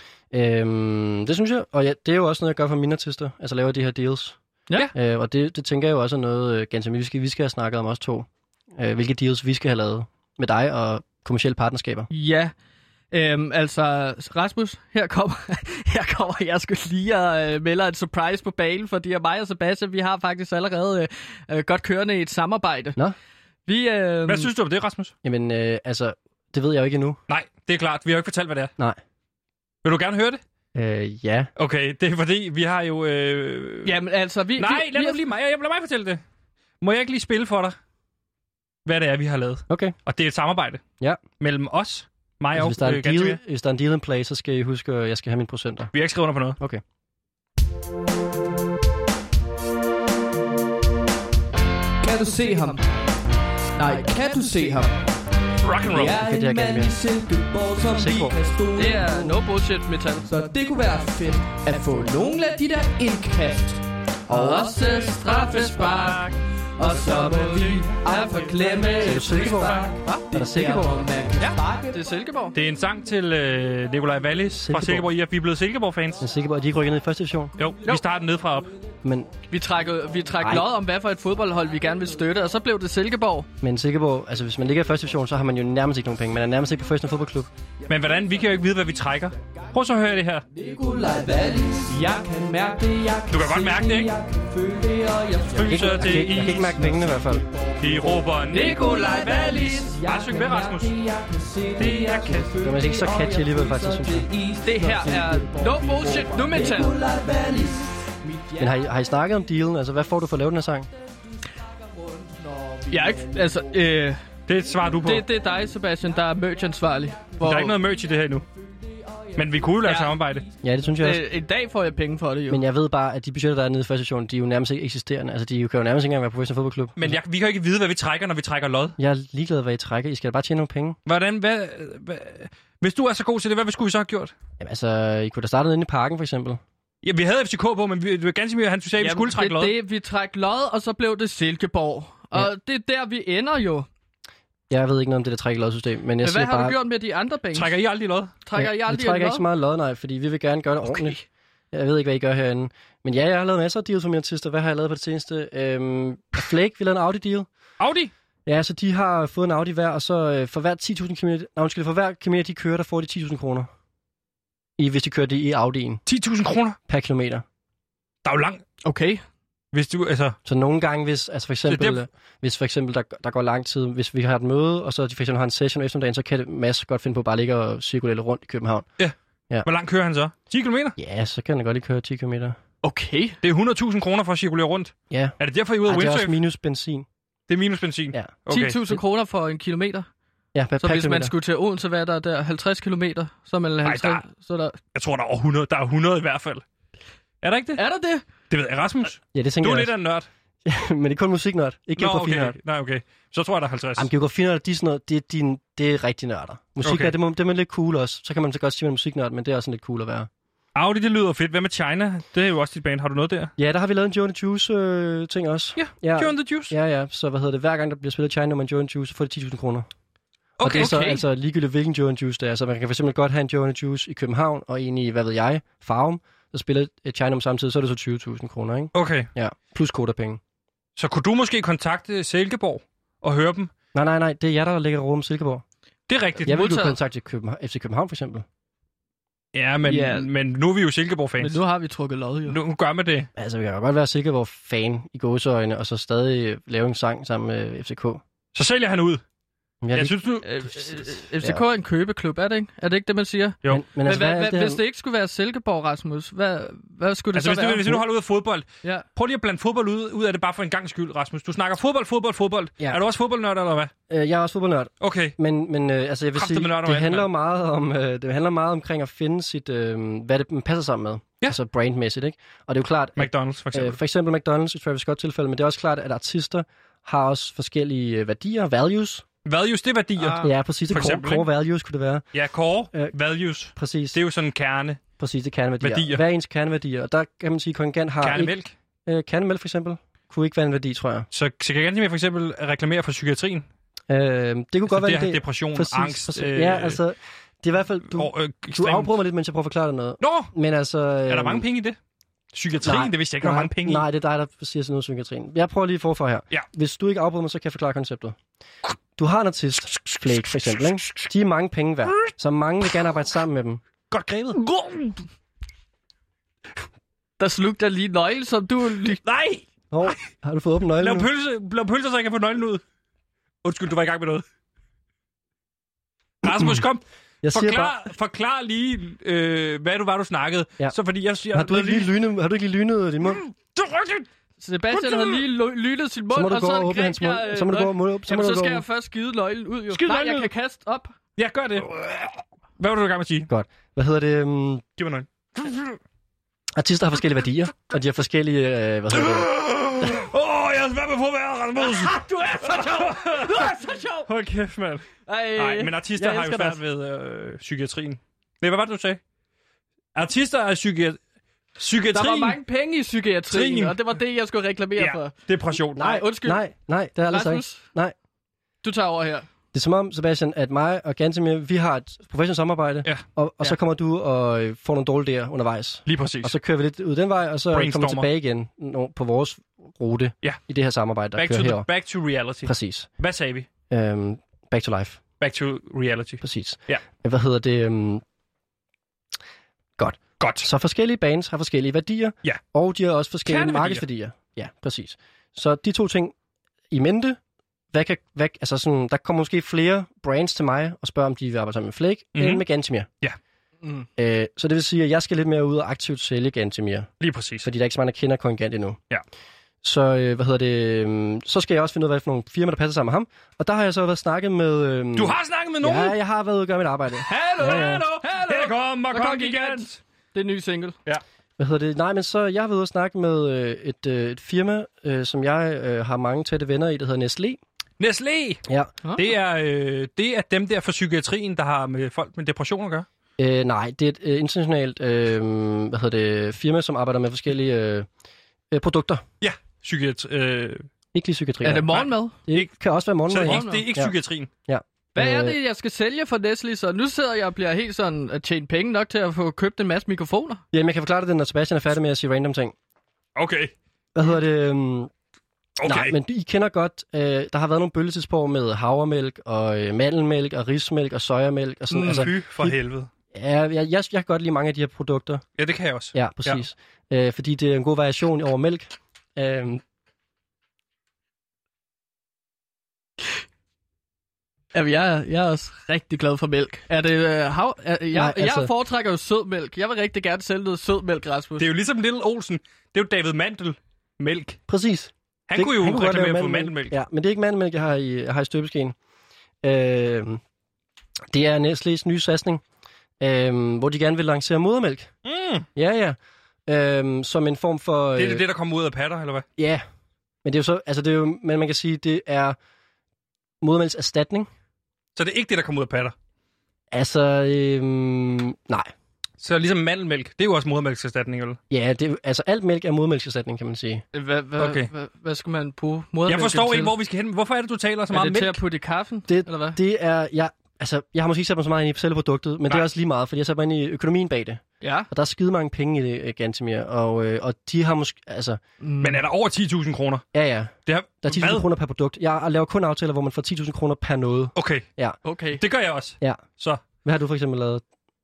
Det synes jeg. Og ja, det er jo også noget, jeg gør for mine artister. Altså laver de her deals. Ja. Og det tænker jeg jo også er noget, Gantemir, vi skal have snakket om os to. Hvilke deals vi skal have lavet med dig og kommercielle partnerskaber. Ja. Rasmus, her kommer jeg skulle lige at melde et surprise på banen, fordi mig og Sebastian, vi har faktisk allerede godt kørende i et samarbejde. Nå? Hvad synes du om det, Rasmus? Jamen, det ved jeg jo ikke endnu. Nej, det er klart. Vi har jo ikke fortalt, hvad det er. Nej. Vil du gerne høre det? Ja. Okay, det er fordi, vi har jo... Jamen, altså, lad mig fortælle det. Må jeg ikke lige spille for dig, hvad det er, vi har lavet? Okay. Og det er et samarbejde. Ja. Mellem os, mig altså, og Gantemir. Hvis der er en deal in play, så skal I huske, at jeg skal have mine procenter. Vi har ikke skrevet under på noget. Okay. Kan du se ham? Nej, kan du se ham? Rock and roll. Det er en mand i Silkeborg, som vi kan stole. Det er no bullshit metal. Så det kunne være fedt at få nogle af de der indkast. Og også straffespark. Og så må vi forglemme et Silkeborg. Er der Silkeborg? Ja, det er Silkeborg. Det er en sang til Nikolaj Wallis fra Silkeborg. I er blevet Silkeborg-fans. Er Silkeborg, de ikke rykket ned i første division? Jo, vi startede nedefra op. Men vi træk lod om, hvad for et fodboldhold vi gerne vil støtte, og så blev det Silkeborg. Men Silkeborg, altså hvis man ligger i første division, så har man jo nærmest ikke nogen penge. Man er nærmest ikke professionel fodboldklub. Men hvordan? Vi kan jo ikke vide, hvad vi trækker. Prøv så at høre det her. Nikolaj Wallis, jeg kan mærke det, Du kan godt mærke det, ikke? Jeg kan føle det, og jeg fryser det i. Jeg kan ikke mærke pengene i hvert fald. De råber Nikolaj Wallis. Bare syng med, Rasmus. Det jeg kan. Det er ikke så catchy alligevel, faktisk, synes jeg. Det her er no bullshit, nu metal. Men har I snakket om dealen? Altså, hvad får du for at lave den her sang? Jeg ikke, altså... det svarer du på. Det er dig, Sebastian, der er merch-ansvarlig. Der er ikke noget merch i det her endnu. Men vi kunne jo lade samarbejde. Ja, det synes jeg også. En dag får jeg penge for det jo. Men jeg ved bare, at de budgetter, der er nede i første division, de er jo nærmest ikke eksisterende. Altså, de kan jo nærmest ikke engang være professionel fodboldklub. Men vi kan jo ikke vide, hvad vi trækker, når vi trækker lod. Jeg er ligeglad, hvad I trækker. I skal da bare tjene nogle penge. Hvis du er så god til det, hvad skulle I så have gjort? Jamen altså, I kunne da startet inde i parken, for eksempel. Ja, vi havde FCK på, men det var ganske mere, han sagde, at vi skulle trække lod. Vi træk lod, og så blev det Silkeborg. Og det er der, vi ender jo. Jeg ved ikke noget om det der træk-lod-system, men jeg siger hvad har bare... du gjort med de andre banks? Trækker I aldrig lod? Vi trækker ikke så meget lod, nej, fordi vi vil gerne gøre det ordentligt. Jeg ved ikke, hvad I gør herinde. Men ja, jeg har lavet masser af deals for mine artister. Hvad har jeg lavet på det seneste? Flake, vi lavede en Audi-deal. Audi? Ja, så de har fået en Audi hver, og så for hver 10.000 km... for hver kilometer, de kører, der får de 10.000 kroner. Hvis de kører det i Audi'en. 10.000 kroner? Per kilometer. Der er jo langt. Okay. Hvis du, altså... Så nogle gange, hvis for eksempel der går lang tid, hvis vi har et møde, og så de for eksempel har en session eftermiddagen, så kan Mads godt finde på bare at ligge og cirkulere rundt i København. Ja. Hvor langt kører han så? 10 km? Ja, så kan han godt lige køre 10 km. Okay. Det er 100.000 kroner for at cirkulere rundt? Ja. Er det derfor, I er ude af windsurf? Det er også minus benzin. Det er minus benzin? Ja. Okay. 10.000 kroner for en kilometer? Ja, så hvis man skulle til Odense, hvad er der 50 kilometer? Så er man 50, så der... Jeg tror, der er 100. Der er 100 i hvert fald. Er der ikke det? Er der det? Det ved jeg, Rasmus. Ja, det tænker du er jeg lidt af en nørd. Men det er kun musiknørd, ikke geografinørd. Nej, okay. Så tror jeg, der er 50. Jamen, geografinørd, det er rigtig nørder. Musik det er lidt cool også. Så kan man så godt sige, at man er musiknørd, men det er også sådan lidt cool at være. Audi, det lyder fedt. Hvad med China? Det er jo også dit band. Har du noget der? Ja, der har vi lavet en Joe and the Juice ting også. Ja, Joe and the Juice. Ja. Så hver gang der bliver spillet China med Joe and the Juice, så får de 10.000 kroner. Og det er så altså ligegyldigt, hvilken Joe and the Juice det er. Så man kan fx godt have en Joe and the Juice i København, og en i, Farum, der spiller China samtidig, så er det så 20.000 kroner, ikke? Okay. Ja, plus kodapenge. Så kunne du måske kontakte Silkeborg og høre dem? Nej, det er jer, der lægger rum Silkeborg. Det er rigtigt. Jeg vil jo kontakte FC København, for eksempel. Ja, men nu er vi jo Silkeborg-fans. Men nu har vi trukket lod, jo. Nu gør man det. Altså, vi kan jo godt være Silkeborg-fan i gåseøjne, og så stadig lave en sang sammen med FCK. Så sælger han ud. Jeg synes nu... FCK er en købeklub, er det ikke? Er det ikke det, man siger? Jo. Men altså, hvis det ikke skulle være Silkeborg, Rasmus, hvad skulle det så være? Hvis du holder ud af fodbold, prøv lige at blande fodbold ud af det bare for en gang skyld, Rasmus. Du snakker fodbold. Ja. Er du også fodboldnørd, eller hvad? Jeg er også fodboldnørd. Okay. Men altså, jeg vil sige, det handler meget omkring at finde sit, hvad det man passer sammen med. Ja. Altså brandmæssigt, ikke? Og det er jo klart... McDonald's, for eksempel. For eksempel McDonald's i Travis Scott-tilfælde, men det er også klart, at artister har også forskellige værdier, values. Values, det er værdier. Ja, præcis. Det core values kunne det være. Ja, core values. Præcis. Det er jo sådan en kerne. Præcis, det er kerneværdier. Hvad er ens kerneværdier? Og der kan man sige, at Kongigant har... Kernemælk? Kernemælk for eksempel. Kunne ikke være en værdi, tror jeg. Så kan Gantemir for eksempel reklamere for psykiatrien? Det kunne godt være en idé. Depression, præcis, angst... Ja, altså... Det er i hvert fald... Du afbryder mig lidt, mens jeg prøver at forklare dig noget. Nå! Men altså... Er der mange penge i det? Psykiatrien, det vidste jeg ikke, der var mange penge i. Nej, det er dig, der siger sådan noget psykiatrien. Jeg prøver lige forfra her. Ja. Hvis du ikke afbryder mig, så kan jeg forklare konceptet. Du har en artist, Flake for eksempel, ikke? De er mange penge værd, så mange vil gerne arbejde sammen med dem. Godt grebet. Der slugte jeg lige nøglen, som du... Nej! Har du fået åbent nøglen? Lav pølser, så jeg kan få nøglen ud. Undskyld, du var i gang med noget. Rasmus, kom. Forklar lige, hvad du snakkede. Ja. Så fordi jeg har du ikke lige lynet din mund? Det er rigtigt! Sebastian havde lige lynet sin mund, så må du gå og åbne hans mund. Så må du gå så skal jeg først skide nøglen ud, jo. Nej, jeg kan kaste op. Ja, gør det. Hvad var du i gang med at sige? Godt. Hvad hedder det? Giv mig nøglen. Artister har forskellige værdier, og de har forskellige... jeg har svært med at få være, Rasmus. Du er så sjov! Du er så sjov! Hold kæft, mand. Nej, men artister har jo svært ved psykiatrien. Hvad var det, du sagde? Artister er psykiatrien. Der var mange penge i psykiatrien, og det var det, jeg skulle reklamere for. Depression. Nej, undskyld. Nej, det har jeg aldrig sagt. Nej. Du tager over her. Det er som om, Sebastian, at mig og Gantemir, vi har et professionelt samarbejde, og så kommer du og får nogle dårlige idéer undervejs. Lige præcis. Og så kører vi lidt ud den vej, og så kommer vi tilbage igen på vores rute i det her samarbejde, der kører herovre. Back to reality. Præcis. Hvad sagde vi? Back to life. Back to reality. Præcis. Ja. Hvad hedder det? Godt. Så forskellige bands har forskellige værdier, og de har også forskellige markedsværdier. Ja, præcis. Så de to ting i mente. Altså sådan, der kommer måske flere brands til mig og spørger, om de vil arbejde sammen med Flake, end med Gantemir. Ja. Så det vil sige, at jeg skal lidt mere ud og aktivt sælge Gantemir. Lige præcis. Fordi der er ikke så mange, der kender Kongigant endnu. Ja. Så, så skal jeg også finde ud af, hvad for nogle firmaer, der passer sammen med ham. Og der har jeg så været snakket med... Du har snakket med nogen? Ja, jeg har været ude og gøre mit arbejde. Hallo! Her kommer Kongigant! Det er en ny single. Ja. Nej, men så jeg har været ude og snakke med et firma, som jeg har mange tætte venner i, der hedder Nestlé. Nestlé? Ja. Det er dem der for psykiatrien, der har med folk med depression at gøre? Nej, det er et internationalt firma, som arbejder med forskellige produkter. Ja, ikke lige psykiatri. Er det morgenmad? Det kan også være morgenmad. Så det er ikke psykiatrien? Ja. Hvad er det, jeg skal sælge for Nestle? Så nu sidder jeg og bliver helt sådan at tjene penge nok til at få købt en masse mikrofoner. Jamen, jeg kan forklare det, når Sebastian er færdig med at sige random ting. Okay. Hvad hedder det? Okay. Nej, men I kender godt, der har været nogle bølgetidspunkter med havremælk og mandelmælk og rismælk og sojamælk og sådan. Fy for helvede. Ja, jeg kan godt lide mange af de her produkter. Ja, det kan jeg også. Ja, præcis. Ja. Fordi det er en god variation over mælk. Jamen, jeg er også rigtig glad for mælk. Er det jeg foretrækker jo sødmælk. Jeg vil rigtig gerne sælge noget sødmælk, Rasmus. Det er jo ligesom Lille Olsen. Det er jo David Mandel mælk. Præcis. Han kunne jo reklamere for mandelmælk. Ja, men det er ikke mandelmælk, jeg har i støbeskeen. Det er Nestlés nye satsning, hvor de gerne vil lancere modermælk. Ja. Som en form for... Det er det, der kommer ud af patter, eller hvad? Ja, men det er jo så... Altså, det er jo, men man kan sige, det er modermælkserstatning. Så det er ikke det, der kommer ud af patter? Altså, nej. Så ligesom mandelmælk, det er jo også modermælkserstatning, eller? Ja, altså alt mælk er modermælkserstatning, kan man sige. Hvad skal man bruge modermælk til? Jeg forstår ikke, hvor vi skal hen. Hvorfor er det, du taler så meget om mælk? Er det til at putte i kaffen, eller hvad? Det er... Jeg har måske ikke sat mig så meget ind i selve produktet, men det er også lige meget, fordi jeg satte mig ind i økonomien bag det. Ja. Og der er skide mange penge i det, Gantemir, og de har måske... Altså, men er der over 10.000 kroner? Ja. Der er 10.000 kroner per produkt. Jeg laver kun aftaler, hvor man får 10.000 kroner per noget. Okay. Ja. Okay. Det gør jeg også. Ja. Så. Hvad har du for eksempel lavet?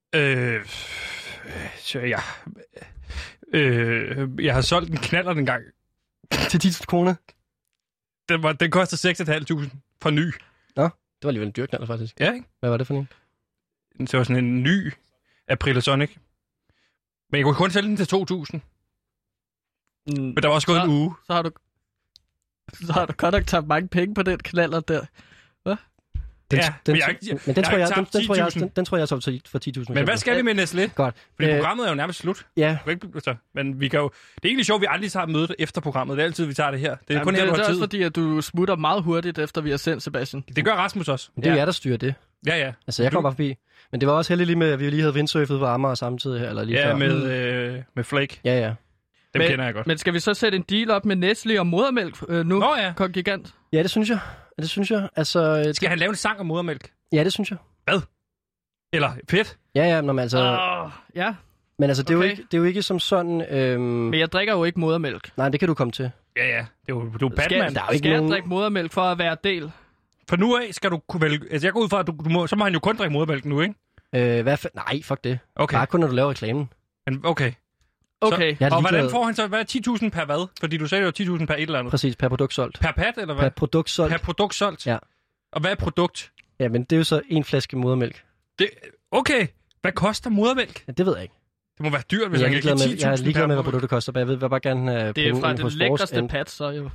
Jeg har solgt en knaller den gang. Til 10.000 kroner? Den koster 6.500 for ny. Nå, det var alligevel en dyr knaller, faktisk. Ja, ikke? Hvad var det for en? Det var sådan en ny Aprilisonic. Men jeg kunne kun sælge den til 2.000. Men der var også gået en uge. Så har du godt nok tabt mange penge på den knaller der. Hvad? Den tror jeg har solgt for 10.000. Men hvad skal vi med Nestlé? Godt. Fordi programmet er jo nærmest slut. Ja. Men vi kan jo... Det er egentlig sjovt, at vi aldrig tager mødet efter programmet. Det er altid, vi tager det her. Det er kun her, du har tid. Det er også fordi, at du smutter meget hurtigt, efter vi har sendt, Sebastian. Det gør Rasmus også. Det er jer, der styrer det. Ja. Altså, jeg kom bare forbi. Men det var også heldigt lige med, at vi lige havde vindsurfet på Amager samtidig her. Eller lige før. Med Flake. Ja. Dem kender jeg godt. Men skal vi så sætte en deal op med Nestlé og modermælk nu? Nå ja. Kongigant? Ja, det synes jeg. Altså, skal han lave en sang om modermælk? Ja, det synes jeg. Hvad? Eller fedt? Ja, men altså... ja. Men altså, det er jo ikke som sådan... Men jeg drikker jo ikke modermælk. Nej, det kan du komme til. Ja. Du er Batman. Skal jeg drikke modermælk for at være del? For nu af skal du kunne vælge... Altså, jeg går ud fra, at du må... Så må han jo kun drikke modermælk nu, ikke? Nej, fuck det. Okay. Bare kun, når du laver reklamen. Men okay. Okay. Og hvordan får han så... Hvad er 10.000 per hvad? Fordi du sagde jo 10.000 per et eller andet. Præcis, per produkt solgt. Per pat, eller hvad? Per produkt solgt. Per produkt solgt? Ja. Og hvad er produkt? Ja, men det er jo så en flaske modermælk. Okay. Hvad koster modermælk? Ja, det ved jeg ikke. Det må være dyrt, hvis jeg kan give 10.000 Jeg er ligeglad med, hvad produktet koster, men jeg vil bare gerne have det er fra det lækreste pat, så jo.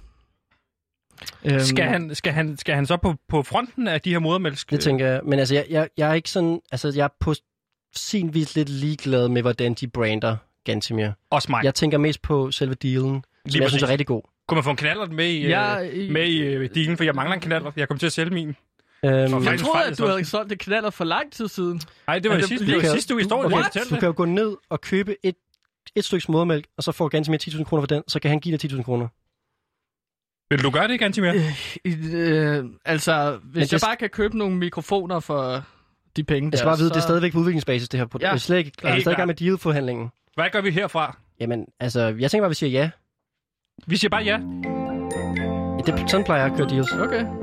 Skal han så på fronten af de her modermælk? Det tænker jeg. Men altså, jeg er ikke sådan... Altså, jeg er på sin vis lidt ligeglad med, hvordan de brander Gantemir. Også mig. Jeg tænker mest på selve dealen, som jeg synes er rigtig god. Kunne man få en knallert med i dealen? For jeg mangler en knallert. Jeg kommer til at sælge min. Jeg troede, at du havde solgt en knallert for lang tid siden. Nej, det var sidste uge i historien. Du kan jo gå ned og købe et stykke modermælk, og så får Gantemir 10.000 kroner for den, så kan han give dig 10.000 kroner. Vil du gøre det, Gantemir? Altså, hvis jeg bare kan købe nogle mikrofoner for de penge der, jeg skal bare vide, det er stadigvæk på udviklingsbasis, det her. Ja. Jeg er stadig i gang med deal-forhandlingen. Hvad gør vi herfra? Jamen, altså, jeg tænker bare, vi siger ja. Vi siger bare ja. Sådan plejer jeg at køre deals. Okay.